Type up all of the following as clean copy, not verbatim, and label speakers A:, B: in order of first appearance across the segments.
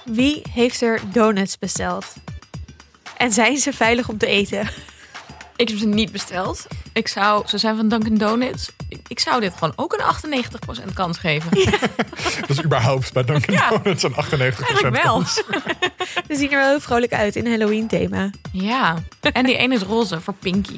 A: Wie heeft er donuts besteld? En zijn ze veilig om te eten?
B: Ik heb ze niet besteld. Ze zijn van Dunkin' Donuts. Ik zou dit gewoon ook een 98% kans geven.
C: Ja. Dat is überhaupt bij Dunkin' Donuts een 98%
B: Eigenlijk wel.
C: kans.
A: Ze zien er wel heel vrolijk uit in Halloween thema.
B: Ja, en die ene is roze voor Pinky.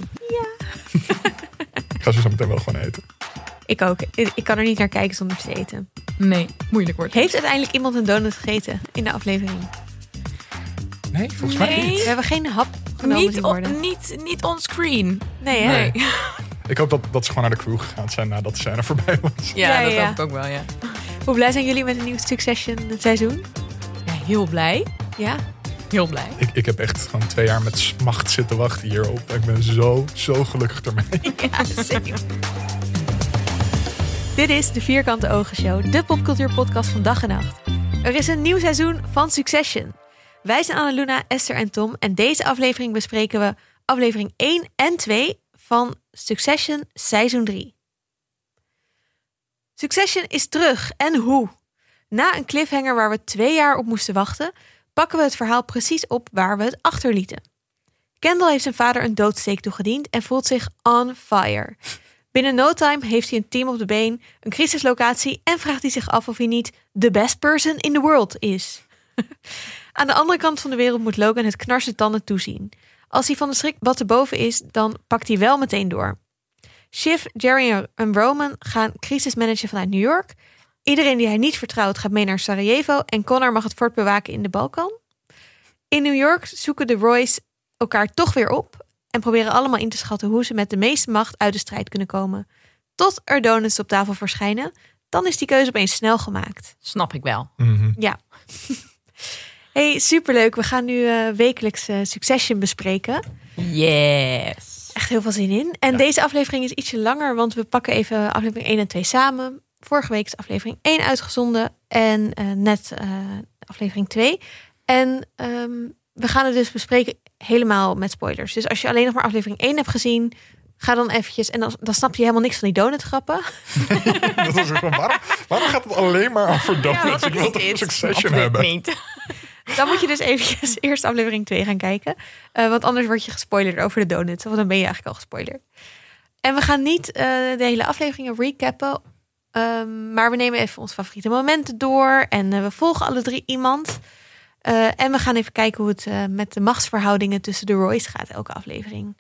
C: Ik ga ze zo meteen wel gewoon eten.
A: Ik ook. Ik kan er niet naar kijken zonder te eten.
B: Nee, moeilijk wordt.
A: Heeft uiteindelijk iemand een donut gegeten in de aflevering?
C: Nee, volgens mij
B: Nee.
C: niet.
A: We hebben geen hap genomen zien worden.
B: Niet onscreen.
A: Nee, hè?
B: Nee.
C: Ik hoop dat ze gewoon naar de crew gegaan zijn nadat de scène voorbij was.
B: Ja, dat
A: ja.
B: hoop ik ook wel, ja.
A: Hoe blij zijn jullie met een nieuw Succession seizoen?
B: Ja, heel blij.
A: Ja?
B: Heel blij.
C: Ik heb echt gewoon 2 jaar met smacht zitten wachten hierop. Ik ben zo gelukkig ermee.
A: Ja, zeker. Dit is de Vierkante Ogen Show, de popcultuurpodcast van dag en nacht. Er is een nieuw seizoen van Succession. Wij zijn Annaluna, Esther en Tom en deze aflevering bespreken we aflevering 1 en 2 van Succession seizoen 3. Succession is terug en hoe? Na een cliffhanger waar we 2 jaar op moesten wachten, pakken we het verhaal precies op waar we het achterlieten. Kendall heeft zijn vader een doodsteek toegediend en voelt zich on fire. Binnen no time heeft hij een team op de been, een crisislocatie en vraagt hij zich af of hij niet the best person in the world is. Aan de andere kant van de wereld moet Logan het knarsen tanden toezien. Als hij van de schrik wat erboven is, dan pakt hij wel meteen door. Shiv, Jerry en Roman gaan crisismanagen vanuit New York. Iedereen die hij niet vertrouwt gaat mee naar Sarajevo en Connor mag het fort bewaken in de Balkan. In New York zoeken de Roys elkaar toch weer op en proberen allemaal in te schatten hoe ze met de meeste macht uit de strijd kunnen komen. Tot er donuts op tafel verschijnen, dan is die keuze opeens snel gemaakt.
B: Snap ik wel.
C: Mhm.
A: Ja. Hey, superleuk. We gaan nu wekelijks Succession bespreken.
B: Yes.
A: Echt heel veel zin in. En
C: Ja.
A: deze aflevering is ietsje langer, want we pakken even aflevering 1 en 2 samen. Vorige week is aflevering 1 uitgezonden en net aflevering 2. En we gaan het dus bespreken helemaal met spoilers. Dus als je alleen nog maar aflevering 1 hebt gezien, ga dan eventjes. En dan snap je helemaal niks van die donutgrappen.
C: Dat is gewoon, waarom gaat het alleen maar over donuts?
A: wat
C: Ik wil
A: is
C: toch een
A: dit?
C: Succession
B: Snap ik
C: hebben.
B: niet.
A: Dan moet je dus eventjes eerst aflevering 2 gaan kijken. Want anders word je gespoilerd over de donuts. Want dan ben je eigenlijk al gespoilerd. En we gaan niet de hele afleveringen recappen. Maar we nemen even onze favoriete momenten door. En we volgen alle 3 iemand. En we gaan even kijken hoe het met de machtsverhoudingen tussen de Roys gaat elke aflevering.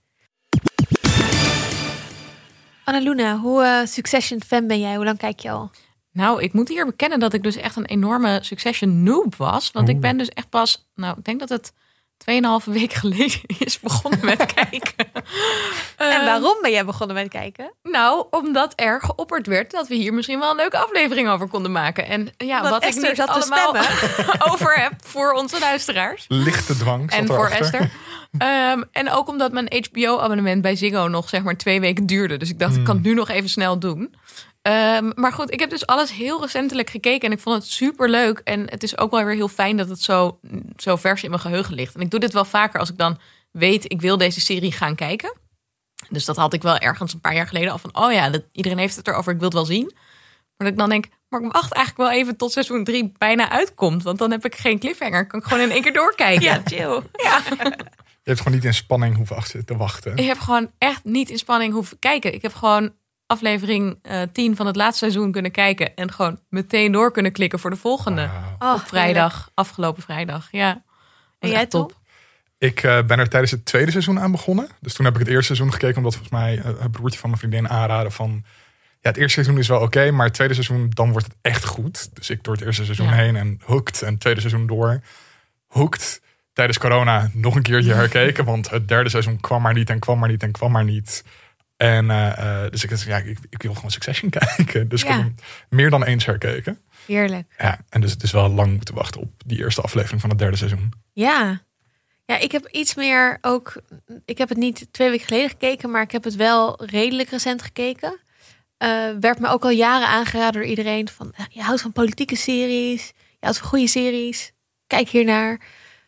A: Annaluna, hoe Succession fan ben jij? Hoe lang kijk je al?
B: Nou, ik moet hier bekennen dat ik dus echt een enorme Succession noob was. Want ik ben dus echt pas, ik denk dat het 2,5 week geleden is begonnen met kijken.
A: En waarom ben jij begonnen met kijken?
B: Nou, omdat er geopperd werd dat we hier misschien wel een leuke aflevering over konden maken. En ja,
A: Want
B: wat
A: Esther
B: ik niet
A: zat te
B: allemaal over heb voor onze luisteraars.
C: Lichte dwang zat
B: En voor
C: erachter.
B: Esther. En ook omdat mijn HBO-abonnement bij Ziggo nog 2 weken duurde. Dus ik dacht, ik kan het nu nog even snel doen. Maar goed, ik heb dus alles heel recentelijk gekeken. En ik vond het super leuk. En het is ook wel weer heel fijn dat het zo vers in mijn geheugen ligt. En ik doe dit wel vaker als ik dan weet, ik wil deze serie gaan kijken. Dus dat had ik wel ergens een paar jaar geleden al van, iedereen heeft het erover, ik wil het wel zien. Maar dat ik dan denk, maar ik wacht eigenlijk wel even tot seizoen 3 bijna uitkomt. Want dan heb ik geen cliffhanger. Kan ik gewoon in één keer doorkijken.
A: Ja, chill.
B: Ja.
C: Je hebt gewoon niet in spanning hoeven achter te wachten.
B: Ik heb gewoon echt niet in spanning hoeven kijken. Ik heb gewoon aflevering 10 van het laatste seizoen kunnen kijken. En gewoon meteen door kunnen klikken voor de volgende.
C: Wauw.
A: Oh,
B: Op vrijdag, afgelopen vrijdag. Ja.
A: En jij,
C: Ik ben er tijdens het 2e seizoen aan begonnen. Dus toen heb ik het eerste seizoen gekeken. Omdat volgens mij het broertje van mijn vriendin aanraden van... Ja, het eerste seizoen is wel oké, maar het tweede seizoen, dan wordt het echt goed. Dus ik door het eerste seizoen heen en hooked. En het tweede seizoen door. Hooked. Tijdens corona nog een keertje herkeken. Want het 3e seizoen kwam maar niet en kwam maar niet en kwam maar niet. En dus ik dacht, ik wil gewoon Succession kijken. Dus ik heb hem meer dan eens herkeken.
A: Heerlijk.
C: Ja, en dus het is wel lang moeten wachten op die eerste aflevering van het 3e seizoen.
A: Ja, ik heb iets meer ook... Ik heb het niet 2 weken geleden gekeken, maar ik heb het wel redelijk recent gekeken. Werd me ook al jaren aangeraden door iedereen van... Je houdt van politieke series, je houdt van goede series. Kijk hiernaar.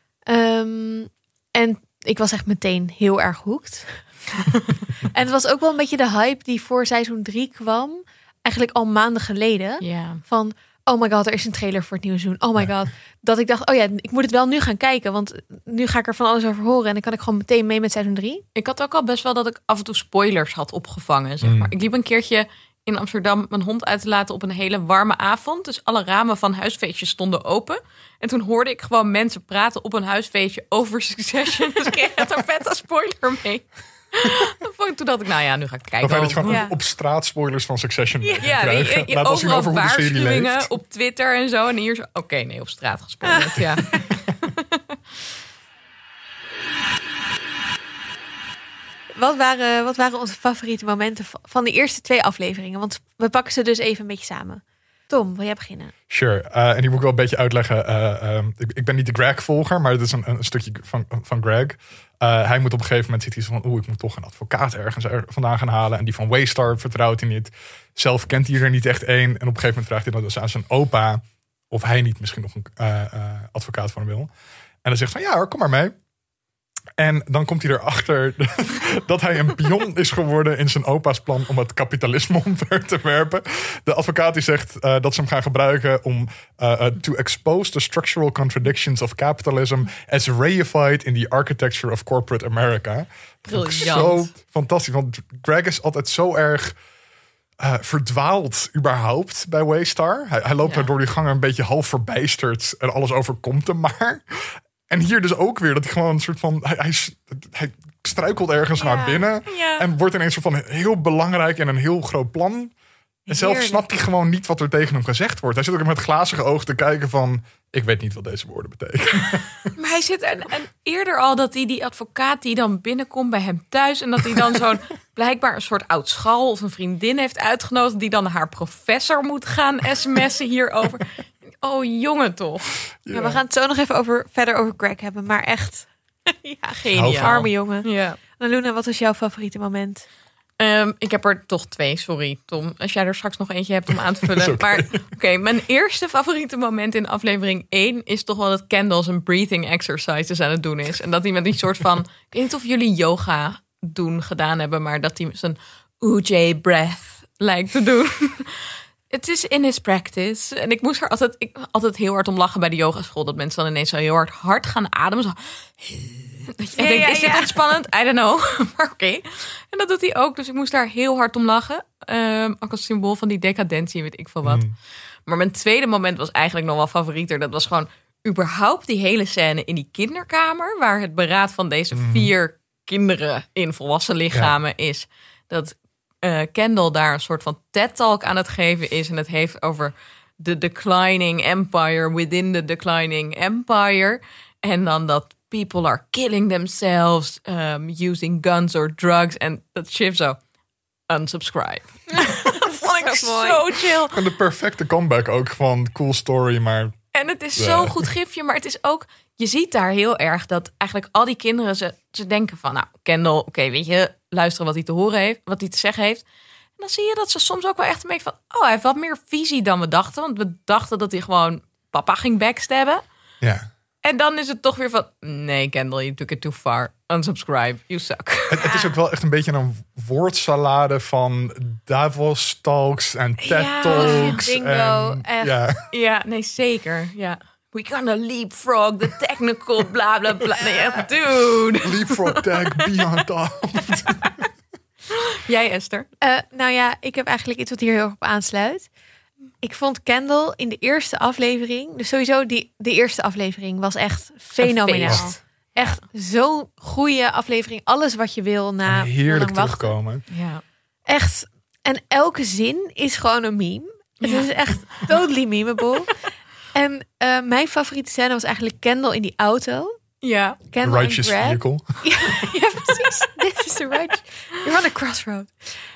A: En ik was echt meteen heel erg hooked. En het was ook wel een beetje de hype die voor seizoen 3 kwam. Eigenlijk al maanden geleden.
B: Ja.
A: Van, oh my god, er is een trailer voor het nieuwe seizoen. Oh my god. Dat ik dacht, ik moet het wel nu gaan kijken. Want nu ga ik er van alles over horen. En dan kan ik gewoon meteen mee met seizoen 3.
B: Ik had ook al best wel dat ik af en toe spoilers had opgevangen, zeg maar. Ik liep een keertje in Amsterdam mijn hond uit te laten op een hele warme avond. Dus alle ramen van huisfeestjes stonden open. En toen hoorde ik gewoon mensen praten op een huisfeestje over Succession. Dus ik kreeg het een vette spoiler mee. Toen dacht ik, nu ga ik kijken.
C: Of dat je gewoon op straat spoilers van Succession krijgen.
B: Ja,
C: laat ons zien over hoe de serie
B: waarschuwingen
C: leeft.
B: op Twitter en zo. En hier zo, op straat gespoilerd, ja.
A: Wat waren onze favoriete momenten van de eerste 2 afleveringen? Want we pakken ze dus even een beetje samen. Tom, wil jij beginnen?
C: Sure. En die moet ik wel een beetje uitleggen. Ik ben niet de Greg-volger, maar het is een stukje van Greg. Hij moet op een gegeven moment zitten van... ik moet toch een advocaat ergens vandaan gaan halen. En die van Waystar vertrouwt hij niet. Zelf kent hij er niet echt één. En op een gegeven moment vraagt hij dan dus aan zijn opa... of hij niet misschien nog een advocaat van hem wil. En dan zegt hij van, ja hoor, kom maar mee. En dan komt hij erachter dat hij een pion is geworden in zijn opa's plan om het kapitalisme omver te werpen. De advocaat die zegt dat ze hem gaan gebruiken om to expose the structural contradictions of capitalism as reified in the architecture of corporate America.
B: Briljant.
C: Zo fantastisch, want Greg is altijd zo erg verdwaald überhaupt bij Waystar. Hij loopt daar door die gangen een beetje half verbijsterd en alles overkomt hem maar. En hier dus ook weer dat hij gewoon een soort van... Hij struikelt ergens naar binnen. Ja. En wordt ineens een soort van heel belangrijk en een heel groot plan. En zelf snapt hij gewoon niet wat er tegen hem gezegd wordt. Hij zit ook met glazige ogen te kijken van... ik weet niet wat deze woorden betekenen.
B: Maar hij zit en eerder al dat hij die advocaat die dan binnenkomt bij hem thuis... en dat hij dan zo'n blijkbaar een soort oud schal of een vriendin heeft uitgenodigd... die dan haar professor moet gaan sms'en hierover... Oh, jongen toch.
A: Ja, we gaan het zo nog even verder over Greg hebben. Maar echt,
B: geniaal.
A: Arme jongen.
B: Ja.
A: En Luna, wat was jouw favoriete moment?
B: Ik heb er toch 2, sorry Tom. Als jij er straks nog eentje hebt om aan te vullen.
C: Okay.
B: Maar mijn eerste favoriete moment in aflevering 1... is toch wel dat Kendall zijn breathing exercises aan het doen is. En dat hij met die soort van... ik weet niet of jullie yoga gedaan hebben... maar dat hij zijn Ujjayi breath lijkt te doen... Het is in his practice. En ik moest er altijd heel hard om lachen bij de yogaschool. Dat mensen dan ineens zo heel hard gaan ademen. Zo. Dat je denkt, is dit ontspannend? I don't know. Maar oké. En dat doet hij ook. Dus ik moest daar heel hard om lachen. Ook als symbool van die decadentie, weet ik veel wat. Maar mijn tweede moment was eigenlijk nog wel favorieter. Dat was gewoon überhaupt die hele scène in die kinderkamer. Waar het beraad van deze 4 kinderen in volwassen lichamen is. Dat... Kendall daar een soort van TED-talk aan het geven is. En het heeft over the declining empire within the declining empire. En dan dat people are killing themselves using guns or drugs. En dat Shiv zo, unsubscribe. Dat vond ik zo chill.
C: En de perfecte comeback ook van cool story, maar...
B: En het is zo'n goed gifje, maar het is ook... Je ziet daar heel erg dat eigenlijk al die kinderen... ze denken van, nou, Kendall, oké, weet je... luisteren wat hij te horen heeft, wat hij te zeggen heeft. En dan zie je dat ze soms ook wel echt een beetje van... hij heeft wat meer visie dan we dachten. Want we dachten dat hij gewoon papa ging backstabben.
C: Ja.
B: En dan is het toch weer van... nee, Kendall, you took it too far. Unsubscribe, you suck.
C: Het is ook wel echt een beetje een woordsalade van Davos Talks en TED Talks.
A: Bingo,
C: en,
A: echt.
B: Ja, nee, zeker. Ja. We gonna leapfrog the technical bla bla bla. Nee, echt, dude.
C: Leapfrog tag beyond that.
B: Jij, Esther?
A: Nou ja, ik heb eigenlijk iets wat hier heel erg op aansluit. Ik vond Kendall in de eerste aflevering... dus sowieso de eerste aflevering was echt fenomenaal. Echt zo'n goede aflevering. Alles wat je wil na
C: heerlijk
A: lang wachten.
C: terugkomen.
B: Ja.
A: Echt. En elke zin is gewoon een meme. Het is echt totally memeable. En mijn favoriete scène was eigenlijk Kendall in die auto.
B: Ja.
A: Kendall
C: Righteous
A: en Greg.
C: vehicle.
A: Ja, precies. This is the right. You're on a crossroad.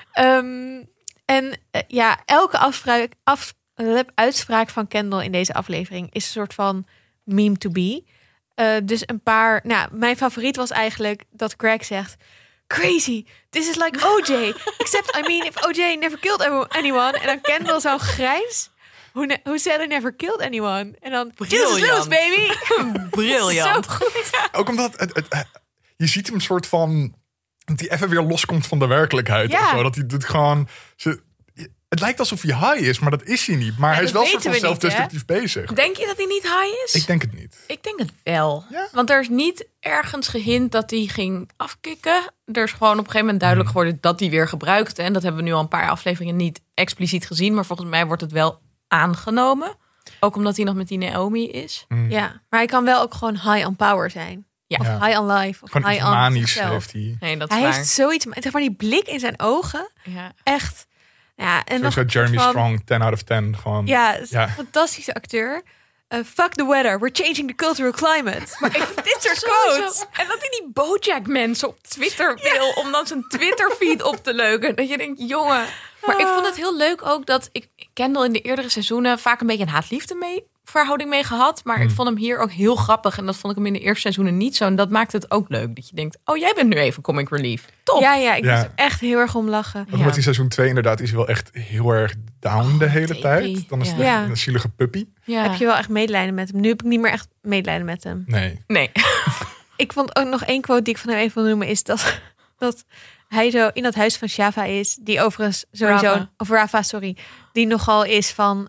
A: Elke uitspraak van Kendall in deze aflevering is een soort van meme to be. Dus een paar... Nou, mijn favoriet was eigenlijk dat Greg zegt... Crazy, this is like OJ. Except, I mean, if OJ never killed anyone. En dan Kendall zo'n grijns... Who said I never killed anyone? En dan, Jesus Lewis, baby!
B: Briljant.
A: Zo goed.
C: Ook omdat je ziet hem een soort van... dat hij even weer loskomt van de werkelijkheid.
A: Ja.
C: Of zo. Dat hij dit gewoon... Het lijkt alsof hij high is, maar dat is hij niet. Maar hij is
A: dat
C: wel soort van
A: weten we niet,
C: zelfdestructief bezig.
B: Denk je dat hij niet high is?
C: Ik denk het niet.
B: Ik denk het wel.
C: Ja?
B: Want er is niet ergens gehint dat hij ging afkicken. Er is gewoon op een gegeven moment duidelijk geworden dat hij weer gebruikte. En dat hebben we nu al een paar afleveringen niet expliciet gezien. Maar volgens mij wordt het wel aangenomen. Ook omdat hij nog met die Naomi is.
A: Ja, maar hij kan wel ook gewoon high on power zijn.
B: Ja.
A: Of high on life. Of
C: Gewoon
A: high
C: iets
A: on
C: manisch
A: zichzelf.
C: heeft hij.
B: Nee, dat is
A: Hij
B: waar.
A: heeft zoiets, zeg maar die blik in zijn ogen.
B: Ja.
A: Echt. Ja, en nog
C: Sowieso Jeremy
A: van-
C: Strong, 10 out of 10. Gewoon.
A: Ja, is
C: Ja.
A: een fantastische acteur. Fuck the weather, we're changing the cultural climate. Maar ik dit soort quotes.
B: Sowieso. En dat hij die Bojack mensen op Twitter wil om dan zijn Twitter-feed op te leuken. Dat je denkt, jongen. Maar ik vond het heel leuk ook dat ik Kendall in de eerdere seizoenen vaak een beetje een haat-liefde verhouding mee gehad. Maar ik vond hem hier ook heel grappig. En dat vond ik hem in de eerste seizoenen niet zo. En dat maakt het ook leuk. Dat je denkt, oh, jij bent nu even comic relief. Top.
A: Ja, ik
C: Ja.
A: moest er echt heel erg om lachen.
C: Ook omdat in seizoen 2 inderdaad is hij wel echt heel erg down de hele
B: depri.
C: tijd. Dan is het
A: Ja.
C: echt een zielige puppy.
B: Ja.
A: Heb je wel echt medelijden met hem? Nu heb ik niet meer echt medelijden met hem.
C: Nee.
B: Nee.
A: Ik vond ook nog één quote die ik van hem even wil noemen. Is dat hij zo in dat huis van Shava is. Die overigens sowieso...
B: Rava.
A: Of Rava, sorry. Die nogal is van...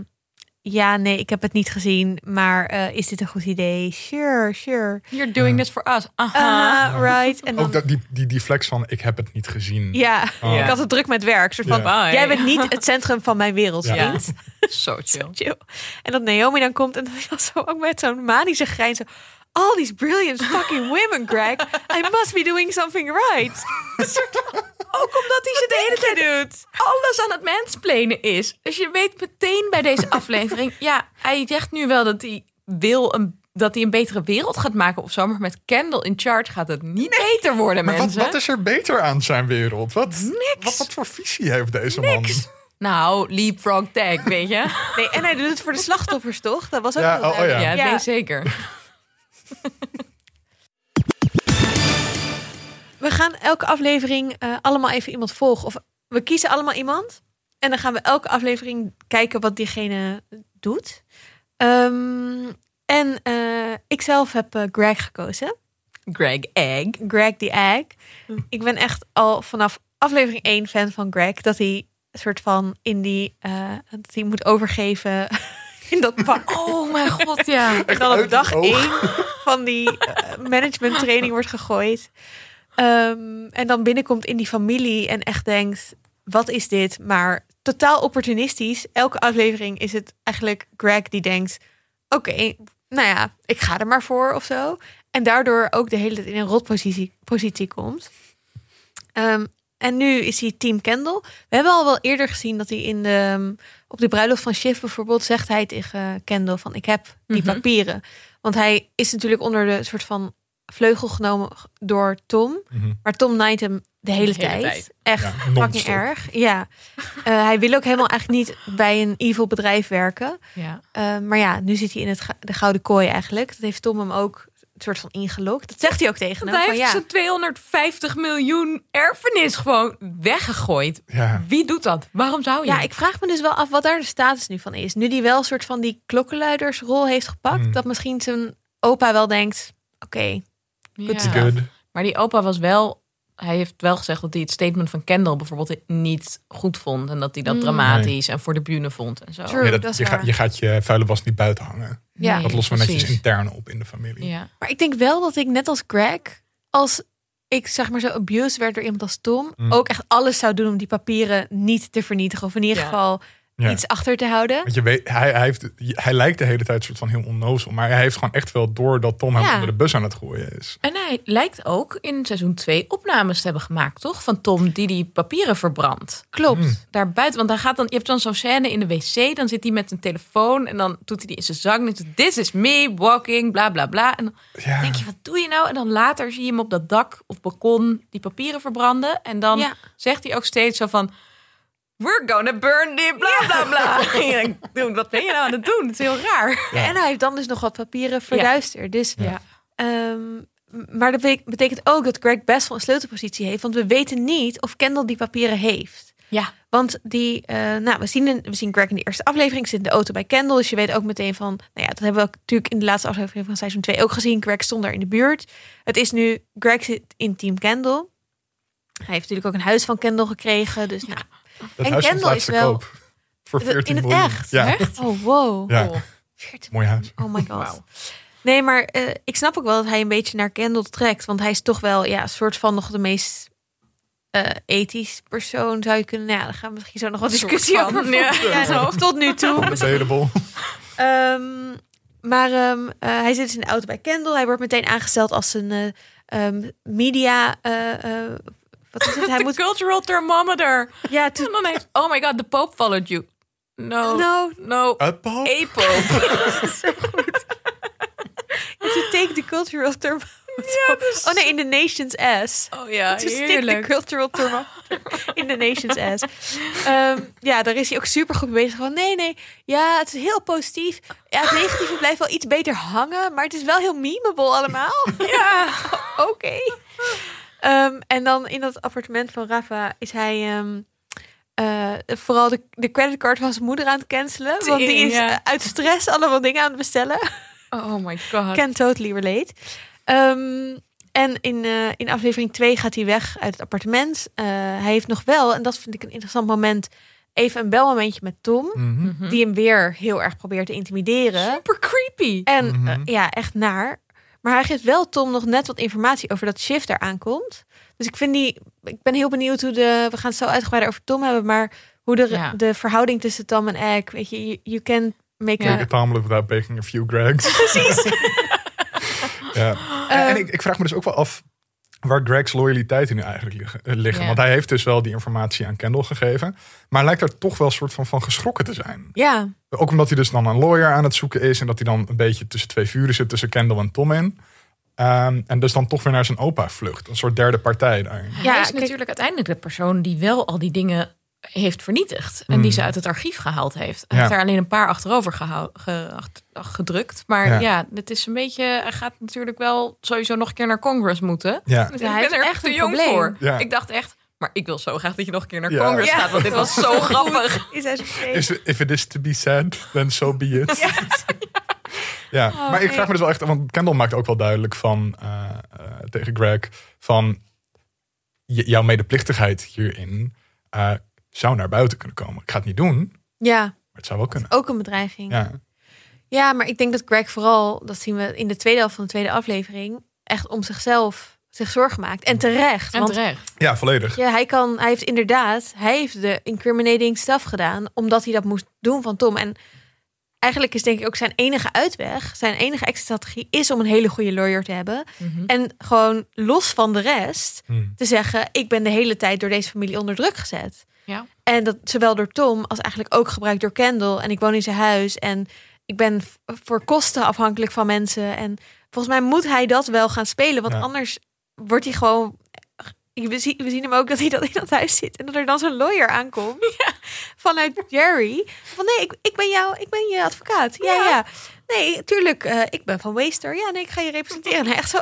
A: ja, nee, ik heb het niet gezien. Maar is dit een goed idee? Sure.
B: You're doing this for us. Aha.
A: Right. En dan,
C: Ook die flex van, ik heb het niet gezien.
A: ja,
C: Oh.
A: ik had het druk met werk. Soort van,
B: Ja. Bye.
A: jij bent niet het centrum van mijn wereld,
C: Ja.
A: vriend.
B: Zo chill.
A: Chill. En dat Naomi dan komt en dan was zo ook met zo'n manische grijns. Zo, all these brilliant fucking women, Greg. I must be doing something right.
B: Ook omdat hij ze de hele tijd
A: doet.
B: alles aan het mansplainen is. Dus je weet meteen bij deze aflevering... Ja, hij zegt nu wel dat hij dat hij een betere wereld gaat maken of zo. Maar met Kendall in charge gaat het niet beter worden,
C: Maar
B: mensen.
C: wat is er beter aan zijn wereld? Wat voor visie heeft deze man?
B: Nou, leapfrog tag, weet je?
A: Nee, en hij doet het voor de slachtoffers, toch? Dat was ook
C: Ja,
A: heel
C: oh
A: duidelijk.
C: ja.
B: Ja, nee, zeker.
A: We gaan elke aflevering allemaal even iemand volgen. Of we kiezen allemaal iemand. En dan gaan we elke aflevering kijken wat diegene doet. Ik zelf heb Greg gekozen.
B: Greg Egg.
A: Greg the Egg. Ik ben echt al vanaf aflevering 1 fan van Greg. Dat hij een soort van dat hij moet overgeven in dat pak.
B: Oh mijn god, ja.
A: En dan
C: uit
A: op
C: het
A: dag
C: oog.
A: 1 van die management training wordt gegooid. En dan binnenkomt in die familie en echt denkt, wat is dit? Maar totaal opportunistisch. Elke aflevering is het eigenlijk Greg die denkt, oké, nou ja, ik ga er maar voor of zo. En daardoor ook de hele tijd in een rotpositie komt. En nu is hij team Kendall. We hebben al wel eerder gezien dat hij op de bruiloft van Shiv bijvoorbeeld zegt hij tegen Kendall van, ik heb die papieren. Want hij is natuurlijk onder de soort van vleugel genomen door Tom. Maar Tom naait hem de hele tijd. Echt
C: Ja,
A: fucking
C: non-stop.
A: erg. Ja. Hij wil ook helemaal eigenlijk niet bij een evil bedrijf werken.
B: Ja.
A: Maar ja, nu zit hij in de gouden kooi eigenlijk. Dat heeft Tom hem ook een soort van ingelokt. Dat zegt hij ook tegen hem.
B: Hij
A: Van,
B: heeft
A: ja,
B: zijn 250 miljoen erfenis gewoon weggegooid.
C: Ja.
B: Wie doet dat? Waarom zou je?
A: ja, ik vraag me dus wel af wat daar de status nu van is. Nu die wel een soort van die klokkenluidersrol heeft gepakt. Dat misschien zijn opa wel denkt, oké,
B: Ja.
C: Good.
B: Maar die opa was wel... Hij heeft wel gezegd dat hij het statement van Kendall bijvoorbeeld niet goed vond. En dat hij dat dramatisch en voor de bühne vond en zo.
A: True.
C: Ja,
A: dat is
C: je,
A: waar.
C: je gaat je vuile was niet buiten hangen.
A: Ja.
B: Nee,
C: Dat lossen we netjes
B: precies.
C: intern op in de familie.
B: Ja.
A: Maar ik denk wel dat ik net als Greg, als ik zeg maar zo abused werd door iemand als Tom, ook echt alles zou doen om die papieren niet te vernietigen. Of in ieder
B: Ja.
A: geval
C: Ja.
A: iets achter te houden.
C: Want je weet, hij lijkt de hele tijd soort van heel onnozel. Maar hij heeft gewoon echt wel door dat Tom hem
A: Ja.
C: onder de bus aan het gooien is.
B: En hij lijkt ook in seizoen 2 opnames te hebben gemaakt, toch? Van Tom die papieren verbrandt.
A: Klopt.
B: Daarbuiten, want je hebt dan zo'n scène in de wc. Dan zit hij met een telefoon en dan doet hij die in zijn zak. En dan zegt, this is me walking, bla bla bla. En dan
C: Ja.
B: denk je, wat doe je nou? En dan later zie je hem op dat dak of balkon die papieren verbranden. En dan
A: Ja.
B: zegt hij ook steeds zo van, we're gonna burn the bla bla bla. En je denkt, dude, wat ben je nou aan het doen? Het is heel raar.
A: Ja, en hij heeft dan dus nog wat papieren verduisterd. Dus,
B: Ja.
A: maar dat betekent ook dat Greg best wel een sleutelpositie heeft. Want we weten niet of Kendall die papieren heeft.
B: Ja.
A: Want we zien Greg in de eerste aflevering zit in de auto bij Kendall. Dus je weet ook meteen van, nou ja, dat hebben we ook natuurlijk in de laatste aflevering van seizoen 2 ook gezien. Greg stond daar in de buurt. Het is nu, Greg zit in team Kendall. Hij heeft natuurlijk ook een huis van Kendall gekregen. Dus nou,
C: Dat
A: En
C: huis stond
A: Kendall
C: laatst
A: is
C: te
A: wel-
C: koop. Voor 14
A: in het
C: miljoen.
A: echt?
C: Ja.
B: Echt?
A: Oh, wow.
C: Ja.
B: Oh.
A: 14
C: Mooi huis.
A: Oh my god.
B: Wauw.
A: Nee, maar ik snap ook wel dat hij een beetje naar Kendall trekt. Want hij is toch wel een soort van nog de meest ethisch persoon, zou je kunnen. Nou ja, daar gaan we misschien zo nog wat discussie
B: Soort van,
A: over.
B: ja.
A: Ja,
B: Zo.
A: tot nu toe.
C: Debatable.
A: Maar hij zit dus in de auto bij Kendall. Hij wordt meteen aangesteld als een media... wat is het? Hij
B: The
A: moet...
B: cultural thermometer.
A: Ja,
B: En dan heeft... Oh my god, the Pope followed you. No.
A: No.
B: A
C: Paul?
B: Pope.
A: To take the cultural thermometer.
B: Ja, dus-
A: Oh nee, in the nation's ass.
B: Oh ja,
A: To stick the
B: heerlijk.
A: cultural thermometer in the nation's ass. Ja, daar is hij ook super goed mee bezig. Gewoon, nee. Ja, het is heel positief. Ja, het negatieve blijft wel iets beter hangen. Maar het is wel heel memeable allemaal. Ja, oké. En dan in dat appartement van Rafa is hij... vooral de creditcard van zijn moeder aan het cancelen. Want die is
B: Ja.
A: uit stress allemaal dingen aan het bestellen.
B: Oh my god.
A: Can totally relate. En in aflevering 2 gaat hij weg uit het appartement. Hij heeft nog wel, en dat vind ik een interessant moment, even een belmomentje met Tom.
C: Mhm.
A: Die hem weer heel erg probeert te intimideren.
B: Super creepy.
A: En echt naar. Maar hij geeft wel Tom nog net wat informatie over dat Shiv daar aankomt. Dus ik ben heel benieuwd hoe we gaan het zo uitgebreid over Tom hebben, maar hoe de verhouding tussen Tom en Egg, weet je, you can make
B: Ja.
A: a...
C: Take a Tomlin without baking a few Gregs. Precies. Ja. En ik vraag me dus ook wel af waar Greg's loyaliteiten nu eigenlijk liggen.
B: Ja.
C: Want hij heeft dus wel die informatie aan Kendall gegeven. Maar hij lijkt er toch wel een soort van geschrokken te zijn.
A: Ja,
C: Ook omdat hij dus dan een lawyer aan het zoeken is. En dat hij dan een beetje tussen twee vuren zit, tussen Kendall en Tom in. En dus dan toch weer naar zijn opa vlucht. Een soort derde partij daarin.
A: Ja,
B: Hij is
A: kijk-
B: natuurlijk uiteindelijk de persoon die wel al die dingen heeft vernietigd. En die ze uit het archief gehaald heeft. Hij heeft er alleen een paar achterover gedrukt. Maar ja, het is een beetje... Hij gaat natuurlijk wel sowieso nog een keer naar Congress moeten.
C: Ja.
B: Dus
A: Ja,
B: ik
A: hij
B: ben
A: heeft
B: er
A: echt
B: echt te
A: een
B: jong
A: probleem.
B: voor.
C: Ja.
B: Ik dacht echt... Maar ik wil zo graag dat je nog een keer naar
C: Ja.
B: Congress gaat. Want dit was zo grappig.
A: Is hij zo vreemd?
C: If it is to be said, then so be it. Ja, maar ik vraag me dus wel echt... Want Kendall maakt ook wel duidelijk van tegen Greg... van jouw medeplichtigheid hierin zou naar buiten kunnen komen. Ik ga het niet doen,
A: Ja,
C: maar het zou wel kunnen.
A: ook een bedreiging.
C: Ja.
A: Ja, maar ik denk dat Greg vooral, dat zien we in de tweede helft van de tweede aflevering, echt om zichzelf zich zorgen maakt. En terecht.
B: En
A: Want
B: terecht.
C: Ja, volledig.
A: ja, hij heeft de incriminating stuff gedaan, omdat hij dat moest doen van Tom. En eigenlijk is denk ik ook zijn enige uitweg, zijn enige exit-strategie is om een hele goede lawyer te hebben. En gewoon los van de rest te zeggen, ik ben de hele tijd door deze familie onder druk gezet.
B: Ja.
A: En dat zowel door Tom als eigenlijk ook gebruikt door Kendall. En ik woon in zijn huis en ik ben voor kosten afhankelijk van mensen. En volgens mij moet hij dat wel gaan spelen, want anders wordt hij gewoon... We zien hem ook dat hij dan in dat huis zit en dat er dan zo'n lawyer aankomt vanuit Jerry. Van nee, ik ben je advocaat. Ja. Nee, tuurlijk, ik ben van Waster. Ja, nee, ik ga je representeren. En hij echt zo...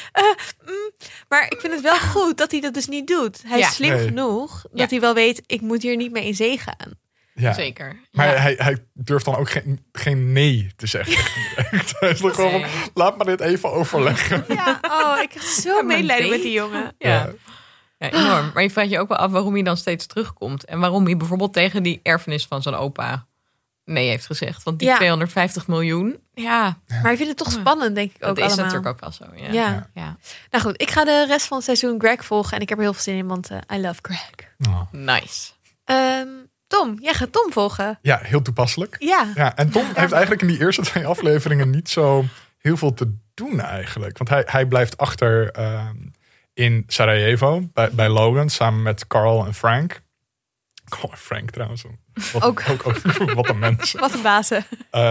A: Maar ik vind het wel goed dat hij dat dus niet doet. Hij is slim genoeg dat hij wel weet, ik moet hier niet mee in zee gaan.
C: Ja.
B: Zeker.
C: Maar hij durft dan ook geen nee te zeggen. Hij is dan gewoon van, laat me dit even overleggen.
A: Ja, ik heb zo medelijden met die jongen.
B: Ja, enorm. Maar je vraagt je ook wel af waarom hij dan steeds terugkomt. En waarom hij bijvoorbeeld tegen die erfenis van zijn opa nee heeft gezegd. Want die 250 miljoen,
A: Maar hij vindt het toch spannend, denk ik ook
B: dat is
A: allemaal.
B: natuurlijk ook wel zo. Ja.
A: Nou goed, ik ga de rest van het seizoen Greg volgen. En ik heb er heel veel zin in, want I love Greg.
C: Oh.
B: Nice.
A: Tom, jij gaat Tom volgen.
C: Ja, heel toepasselijk.
A: Ja.
C: En Tom heeft eigenlijk in die eerste 2 afleveringen niet zo heel veel te doen eigenlijk. Want hij blijft achter in Sarajevo bij Logan samen met Carl en Frank. Carl en Frank trouwens. Ook wat een mensen.
A: Wat een bazen.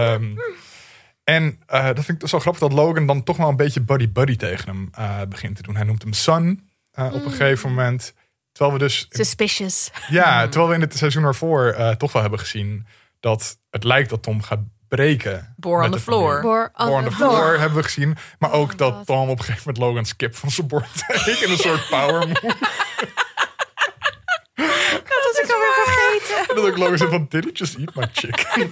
C: En dat vind ik dus zo grappig dat Logan dan toch wel een beetje buddy-buddy tegen hem begint te doen. Hij noemt hem son op een gegeven moment. Terwijl we dus...
A: Suspicious.
C: Ja, terwijl we in het seizoen ervoor toch wel hebben gezien dat het lijkt dat Tom gaat breken.
B: Bore on the floor.
A: Bore
C: On the floor hebben we gezien. Maar ook dat Tom op een gegeven moment Logan skip van zijn bord take in een soort power move.
A: Dat was ik alweer vergeten.
C: En dat ook Logan zei van, did he just eat my chicken?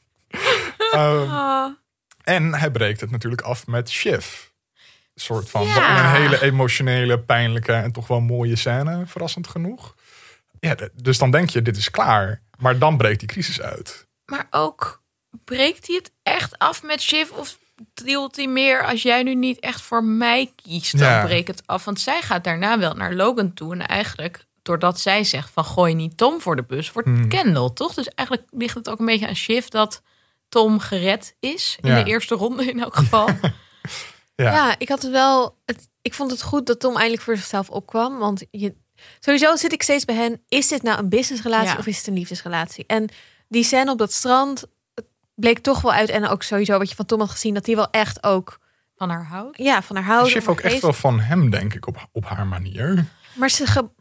C: En hij breekt het natuurlijk af met Shiv. Een soort van, wat in een hele emotionele, pijnlijke en toch wel mooie scène, verrassend genoeg. Ja, dus dan denk je, dit is klaar. Maar dan breekt die crisis uit.
B: Maar ook, breekt hij het echt af met Shiv? Of deelt hij meer, als jij nu niet echt voor mij kiest, dan breek het af. Want zij gaat daarna wel naar Logan toe. En eigenlijk, doordat zij zegt van gooi niet Tom voor de bus, wordt het Kendall, toch? Dus eigenlijk ligt het ook een beetje aan Shiv dat Tom gered is. In de eerste ronde in elk geval.
A: Ja, ik had het wel. Ik vond het goed dat Tom eindelijk voor zichzelf opkwam. Want sowieso zit ik steeds bij hen. Is dit nou een businessrelatie of is het een liefdesrelatie? En die scène op dat strand bleek toch wel uit. En ook sowieso wat je van Tom had gezien, dat hij wel echt ook
B: van haar houdt.
A: Ja, van haar houdt.
C: Shiv ook echt wel van hem, denk ik, op haar manier.
A: Maar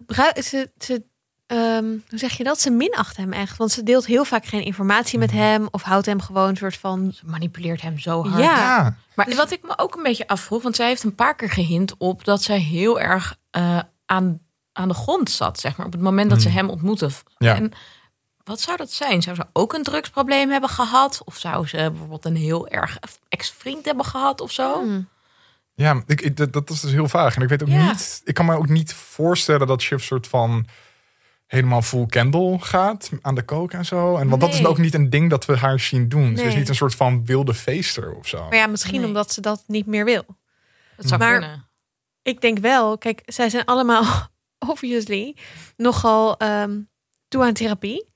A: hoe zeg je dat? Ze minacht hem echt. Want ze deelt heel vaak geen informatie met hem. Of houdt hem gewoon een soort van...
B: Ze manipuleert hem zo hard.
A: Ja.
B: Maar dus wat ik me ook een beetje afvroeg... want zij heeft een paar keer gehint op... dat zij heel erg aan de grond zat, zeg maar. Op het moment dat ze hem ontmoette.
C: Ja.
B: En wat zou dat zijn? Zou ze ook een drugsprobleem hebben gehad? Of zou ze bijvoorbeeld een heel erg ex-vriend hebben gehad of zo?
C: Ja, dat is dus heel vaag. En ik weet ook niet... Ik kan me ook niet voorstellen dat Shiv soort van... helemaal full Kendall gaat aan de coke en zo. En want dat is ook niet een ding dat we haar zien doen. Ze is niet een soort van wilde feester of zo.
A: Maar ja, misschien omdat ze dat niet meer wil.
B: Dat zou kunnen.
A: Ik denk wel, kijk, zij zijn allemaal obviously nogal toe aan therapie.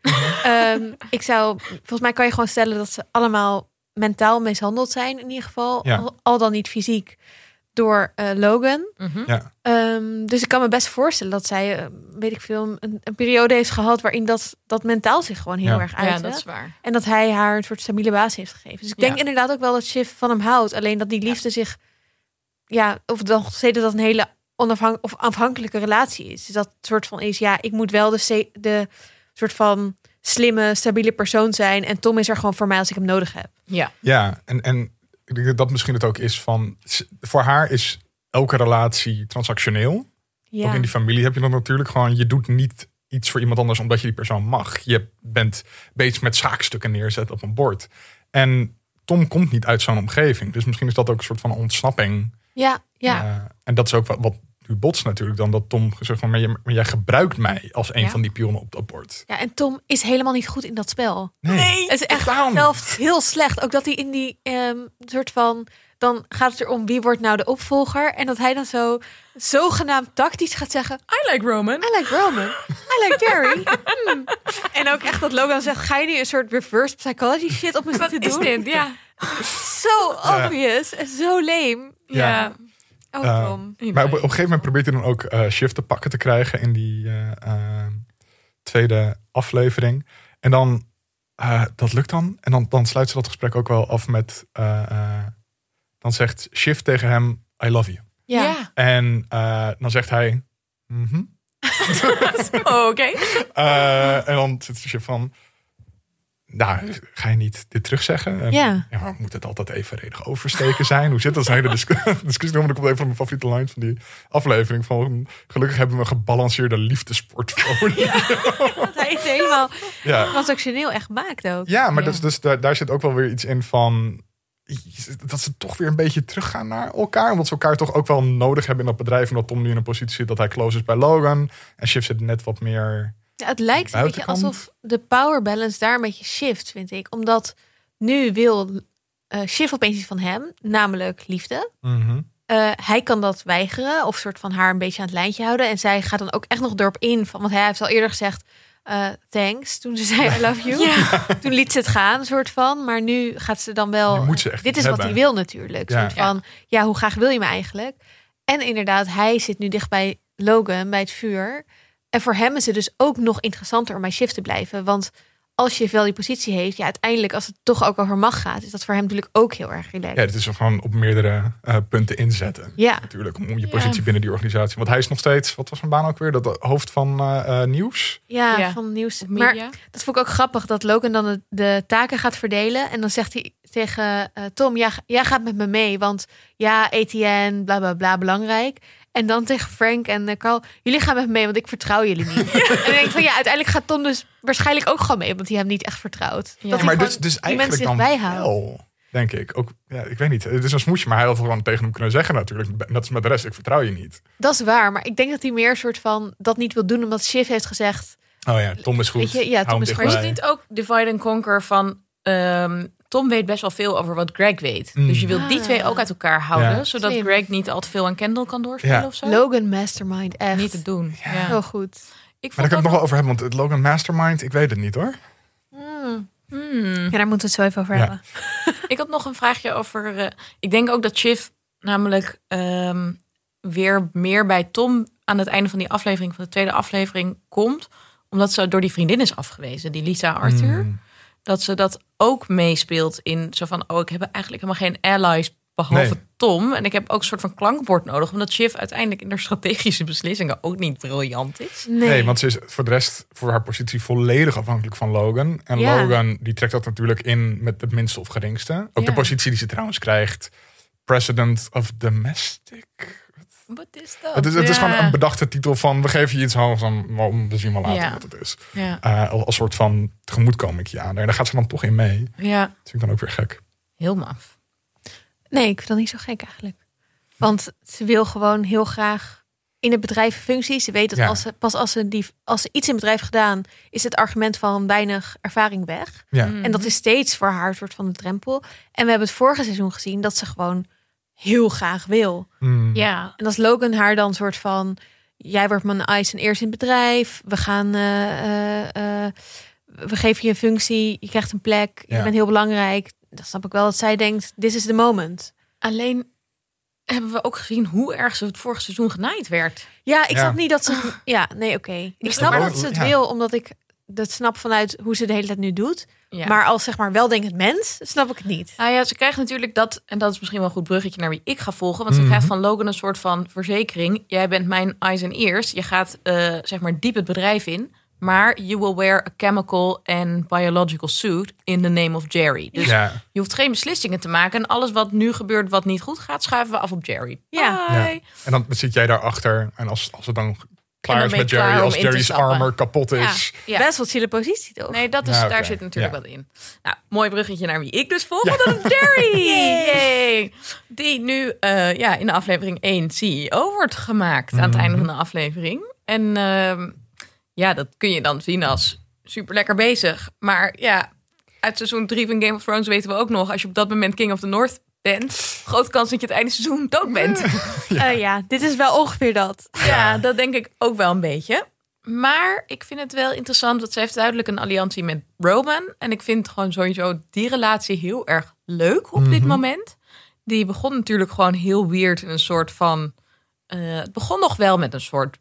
A: Volgens mij kan je gewoon stellen dat ze allemaal mentaal mishandeld zijn in ieder geval.
C: Ja.
A: Al dan niet fysiek door Logan.
C: Ja.
A: Dus ik kan me best voorstellen dat zij, weet ik veel, een periode heeft gehad waarin dat mentaal zich gewoon heel erg uitte.
B: Ja, dat is waar.
A: En dat hij haar een soort stabiele basis heeft gegeven. Dus ik denk inderdaad ook wel dat Shiv van hem houdt. Alleen dat die liefde zich, of dan steeds dat een hele afhankelijke relatie is. Dus dat soort van is, ik moet wel de soort van slimme, stabiele persoon zijn. En Tom is er gewoon voor mij als ik hem nodig heb.
C: Ja, en ik denk dat dat misschien het ook is van... Voor haar is elke relatie transactioneel.
A: Ja.
C: Ook in die familie heb je dan natuurlijk gewoon... Je doet niet iets voor iemand anders omdat je die persoon mag. Je bent bezig met schaakstukken neerzetten op een bord. En Tom komt niet uit zo'n omgeving. Dus misschien is dat ook een soort van ontsnapping.
A: Ja.
C: En dat is ook wat nu botst natuurlijk dan. Dat Tom gezegd van... Maar jij gebruikt mij als een van die pionnen op dat bord.
A: Ja, en Tom is helemaal niet goed in dat spel.
C: Nee.
A: Het is echt zelf heel slecht. Ook dat hij in die soort van... Dan gaat het erom wie wordt nou de opvolger. En dat hij dan zo zogenaamd tactisch gaat zeggen...
B: I like Roman.
A: I like Roman. I like Gary. En ook echt dat Logan zegt... Ga je nu een soort reverse psychology shit op me zitten doen?
B: Dit? Ja.
A: Zo obvious. En zo lame. Ja. Tom.
C: Maar op een gegeven moment probeert hij dan ook Shiv te pakken te krijgen... in die tweede aflevering. En dan... dat lukt dan. En dan sluit ze dat gesprek ook wel af met... Dan zegt Shiv tegen hem, I love you.
A: Ja.
C: En dan zegt hij...
B: Oké.
C: En dan zit Shiv van... Nou, ga je niet dit terugzeggen? En, maar moet het altijd evenredig oversteken zijn? Hoe zit dat? Dat is een hele discussie. Dan komt een van mijn favoriete lines van die aflevering. Van, gelukkig hebben we een gebalanceerde liefdesportfolio.
A: Want hij is helemaal transactioneel echt gemaakt ook.
C: Ja, maar dus daar zit ook wel weer iets in van... dat ze toch weer een beetje teruggaan naar elkaar. Omdat ze elkaar toch ook wel nodig hebben in dat bedrijf. Omdat Tom nu in een positie zit dat hij close is bij Logan. En Shiv zit net wat meer...
A: Ja, het lijkt een beetje alsof de power balance daar een beetje shift, vind ik. Omdat nu wil Shiv opeens iets van hem. Namelijk liefde. Hij kan dat weigeren. Of soort van haar een beetje aan het lijntje houden. En zij gaat dan ook echt nog erop in. Want hij heeft al eerder gezegd... thanks, toen ze zei I love you. Toen liet ze het gaan, soort van. Maar nu gaat ze dan wel... Dit is wat hij wil natuurlijk. Soort van, hoe graag wil je me eigenlijk? En inderdaad, hij zit nu dicht bij Logan, bij het vuur. En voor hem is het dus ook nog interessanter om bij Shiv te blijven. Want als Shiv wel die positie heeft... uiteindelijk, als het toch ook over macht gaat... is dat voor hem natuurlijk ook heel erg relaxed.
C: Ja, dit is gewoon op meerdere punten inzetten.
A: Ja.
C: Natuurlijk, om je positie binnen die organisatie. Want hij is nog steeds... Wat was zijn baan ook weer? Dat hoofd van nieuws?
A: Ja, van nieuws. Maar dat vond ik ook grappig... dat Logan dan de taken gaat verdelen. En dan zegt hij tegen Tom... jij gaat met me mee. Want ETN, bla bla bla, belangrijk... En dan tegen Frank en Carl, jullie gaan met me mee, want ik vertrouw jullie niet. En ik denk van uiteindelijk gaat Tom dus waarschijnlijk ook gewoon mee, want hij hem niet echt vertrouwt.
C: Ja, maar dus eigenlijk dan wel, denk ik. Ook, ik weet niet, het is een smoesje, maar hij had gewoon tegen hem kunnen zeggen natuurlijk. Net als met de rest, ik vertrouw je niet.
A: Dat is waar, maar ik denk dat hij meer soort van dat niet wil doen, omdat Shiv heeft gezegd,
C: Oh ja, Tom is goed.
A: Weet je, ja,
C: Hou
A: Tom
C: hem
A: is
B: Maar is
C: dichtbij.
B: het niet ook divide and conquer van... Tom weet best wel veel over wat Greg weet. Dus je wilt die twee ook uit elkaar houden.
C: Ja.
B: Zodat
A: Slim.
B: Greg niet al te veel aan Kendall kan doorspelen
C: Ja.
B: of zo.
A: Logan Mastermind, echt.
B: Niet te doen. Ja.
A: Heel goed.
B: Ik
C: Maar daar
B: vond
C: kan ik
B: dat
C: nog wel over hebben, want het Logan Mastermind, ik weet het niet hoor.
A: Ja, daar moeten we het zo even over
C: Ja.
A: hebben.
B: Ik had nog een vraagje over... ik denk ook dat Shiv namelijk weer meer bij Tom... aan het einde van die aflevering, van de tweede aflevering, komt. Omdat ze door die vriendin is afgewezen, die Lisa Arthur. Dat ze dat ook meespeelt in zo van... ik heb eigenlijk helemaal geen allies behalve
C: Nee.
B: Tom. En ik heb ook een soort van klankbord nodig. Omdat Shiv uiteindelijk in haar strategische beslissingen ook niet briljant is.
C: Nee, want ze is voor de rest, voor haar positie, volledig afhankelijk van Logan. En
A: Ja.
C: Logan, die trekt dat natuurlijk in met het minste of geringste. Ook de
B: Ja.
C: positie die ze trouwens krijgt. President of Domestic.
B: Wat is dat?
C: Het is
B: Ja.
C: gewoon een bedachte titel van, we geven je iets hoog, dan we zien wel later
B: Ja.
C: wat het is.
B: Ja.
C: Als soort van tegemoetkoming aan. En daar gaat ze dan toch in mee.
B: Ja,
C: Dat vind ik dan ook weer gek.
B: heel maf.
A: Nee, ik vind dat niet zo gek eigenlijk. Want ze wil gewoon heel graag in het bedrijf een functie. Ze weet dat
C: Ja.
A: als ze iets in het bedrijf gedaan, is het argument van weinig ervaring weg.
C: Ja.
A: En dat is steeds voor haar een soort van de drempel. En we hebben het vorige seizoen gezien dat ze gewoon heel graag wil.
C: Mm.
B: Ja,
A: En als Logan haar dan soort van... Jij wordt mijn eyes en ears in het bedrijf. We gaan... we geven je een functie. Je krijgt een plek. Je
C: Ja.
A: bent heel belangrijk. Dan snap ik wel dat zij denkt... This is the moment.
B: alleen hebben we ook gezien hoe erg ze het vorige seizoen genaaid werd.
A: Ja, ik
C: Ja.
A: snap niet dat ze... Ja, nee, oké. Ik
B: Dus
A: snap
C: maar-
A: dat ze het
C: ja.
A: wil, omdat ik dat snap vanuit hoe ze de hele tijd nu doet.
B: Ja.
A: Maar als zeg maar weldenkend mens, snap ik het niet.
B: Nou ja, ze krijgt natuurlijk dat, en dat is misschien wel een goed bruggetje naar wie ik ga volgen. Want ze
C: Mhm.
B: krijgt van Logan een soort van verzekering. Jij bent mijn eyes and ears. Je gaat zeg maar diep het bedrijf in. Maar you will wear a chemical and biological suit in the name of Jerry. Dus
C: Ja.
B: je hoeft geen beslissingen te maken. En alles wat nu gebeurt wat niet goed gaat, schuiven we af op Jerry.
A: Ja.
B: Bye.
C: Ja. En dan zit jij daarachter. En als het dan klaar
B: dan
C: is
B: ben je
C: met Jerry,
B: klaar om
C: als
B: in te
C: Jerry's
B: stappen.
C: armor kapot
A: Ja.
C: is.
B: Ja.
A: Best wel chille positie, toch?
B: Nee, dat is,
C: Ja, oké.
B: daar zit natuurlijk
C: Ja.
B: wat in. Nou, mooi bruggetje naar wie ik dus volg. Want dat is Jerry! Yay! Die nu in de aflevering 1 CEO wordt gemaakt aan het einde van de aflevering. En dat kun je dan zien als super lekker bezig. Maar ja, uit seizoen 3 van Game of Thrones weten we ook nog... als je op dat moment King of the North bent... grote kans dat je het einde seizoen dood bent.
A: Ja, dit is wel ongeveer dat.
B: Ja, dat denk ik ook wel een beetje. Maar ik vind het wel interessant, want ze heeft duidelijk een alliantie met Roman. En ik vind gewoon sowieso die relatie heel erg leuk op dit moment. Die begon natuurlijk gewoon heel weird in een soort van... het begon nog wel met een soort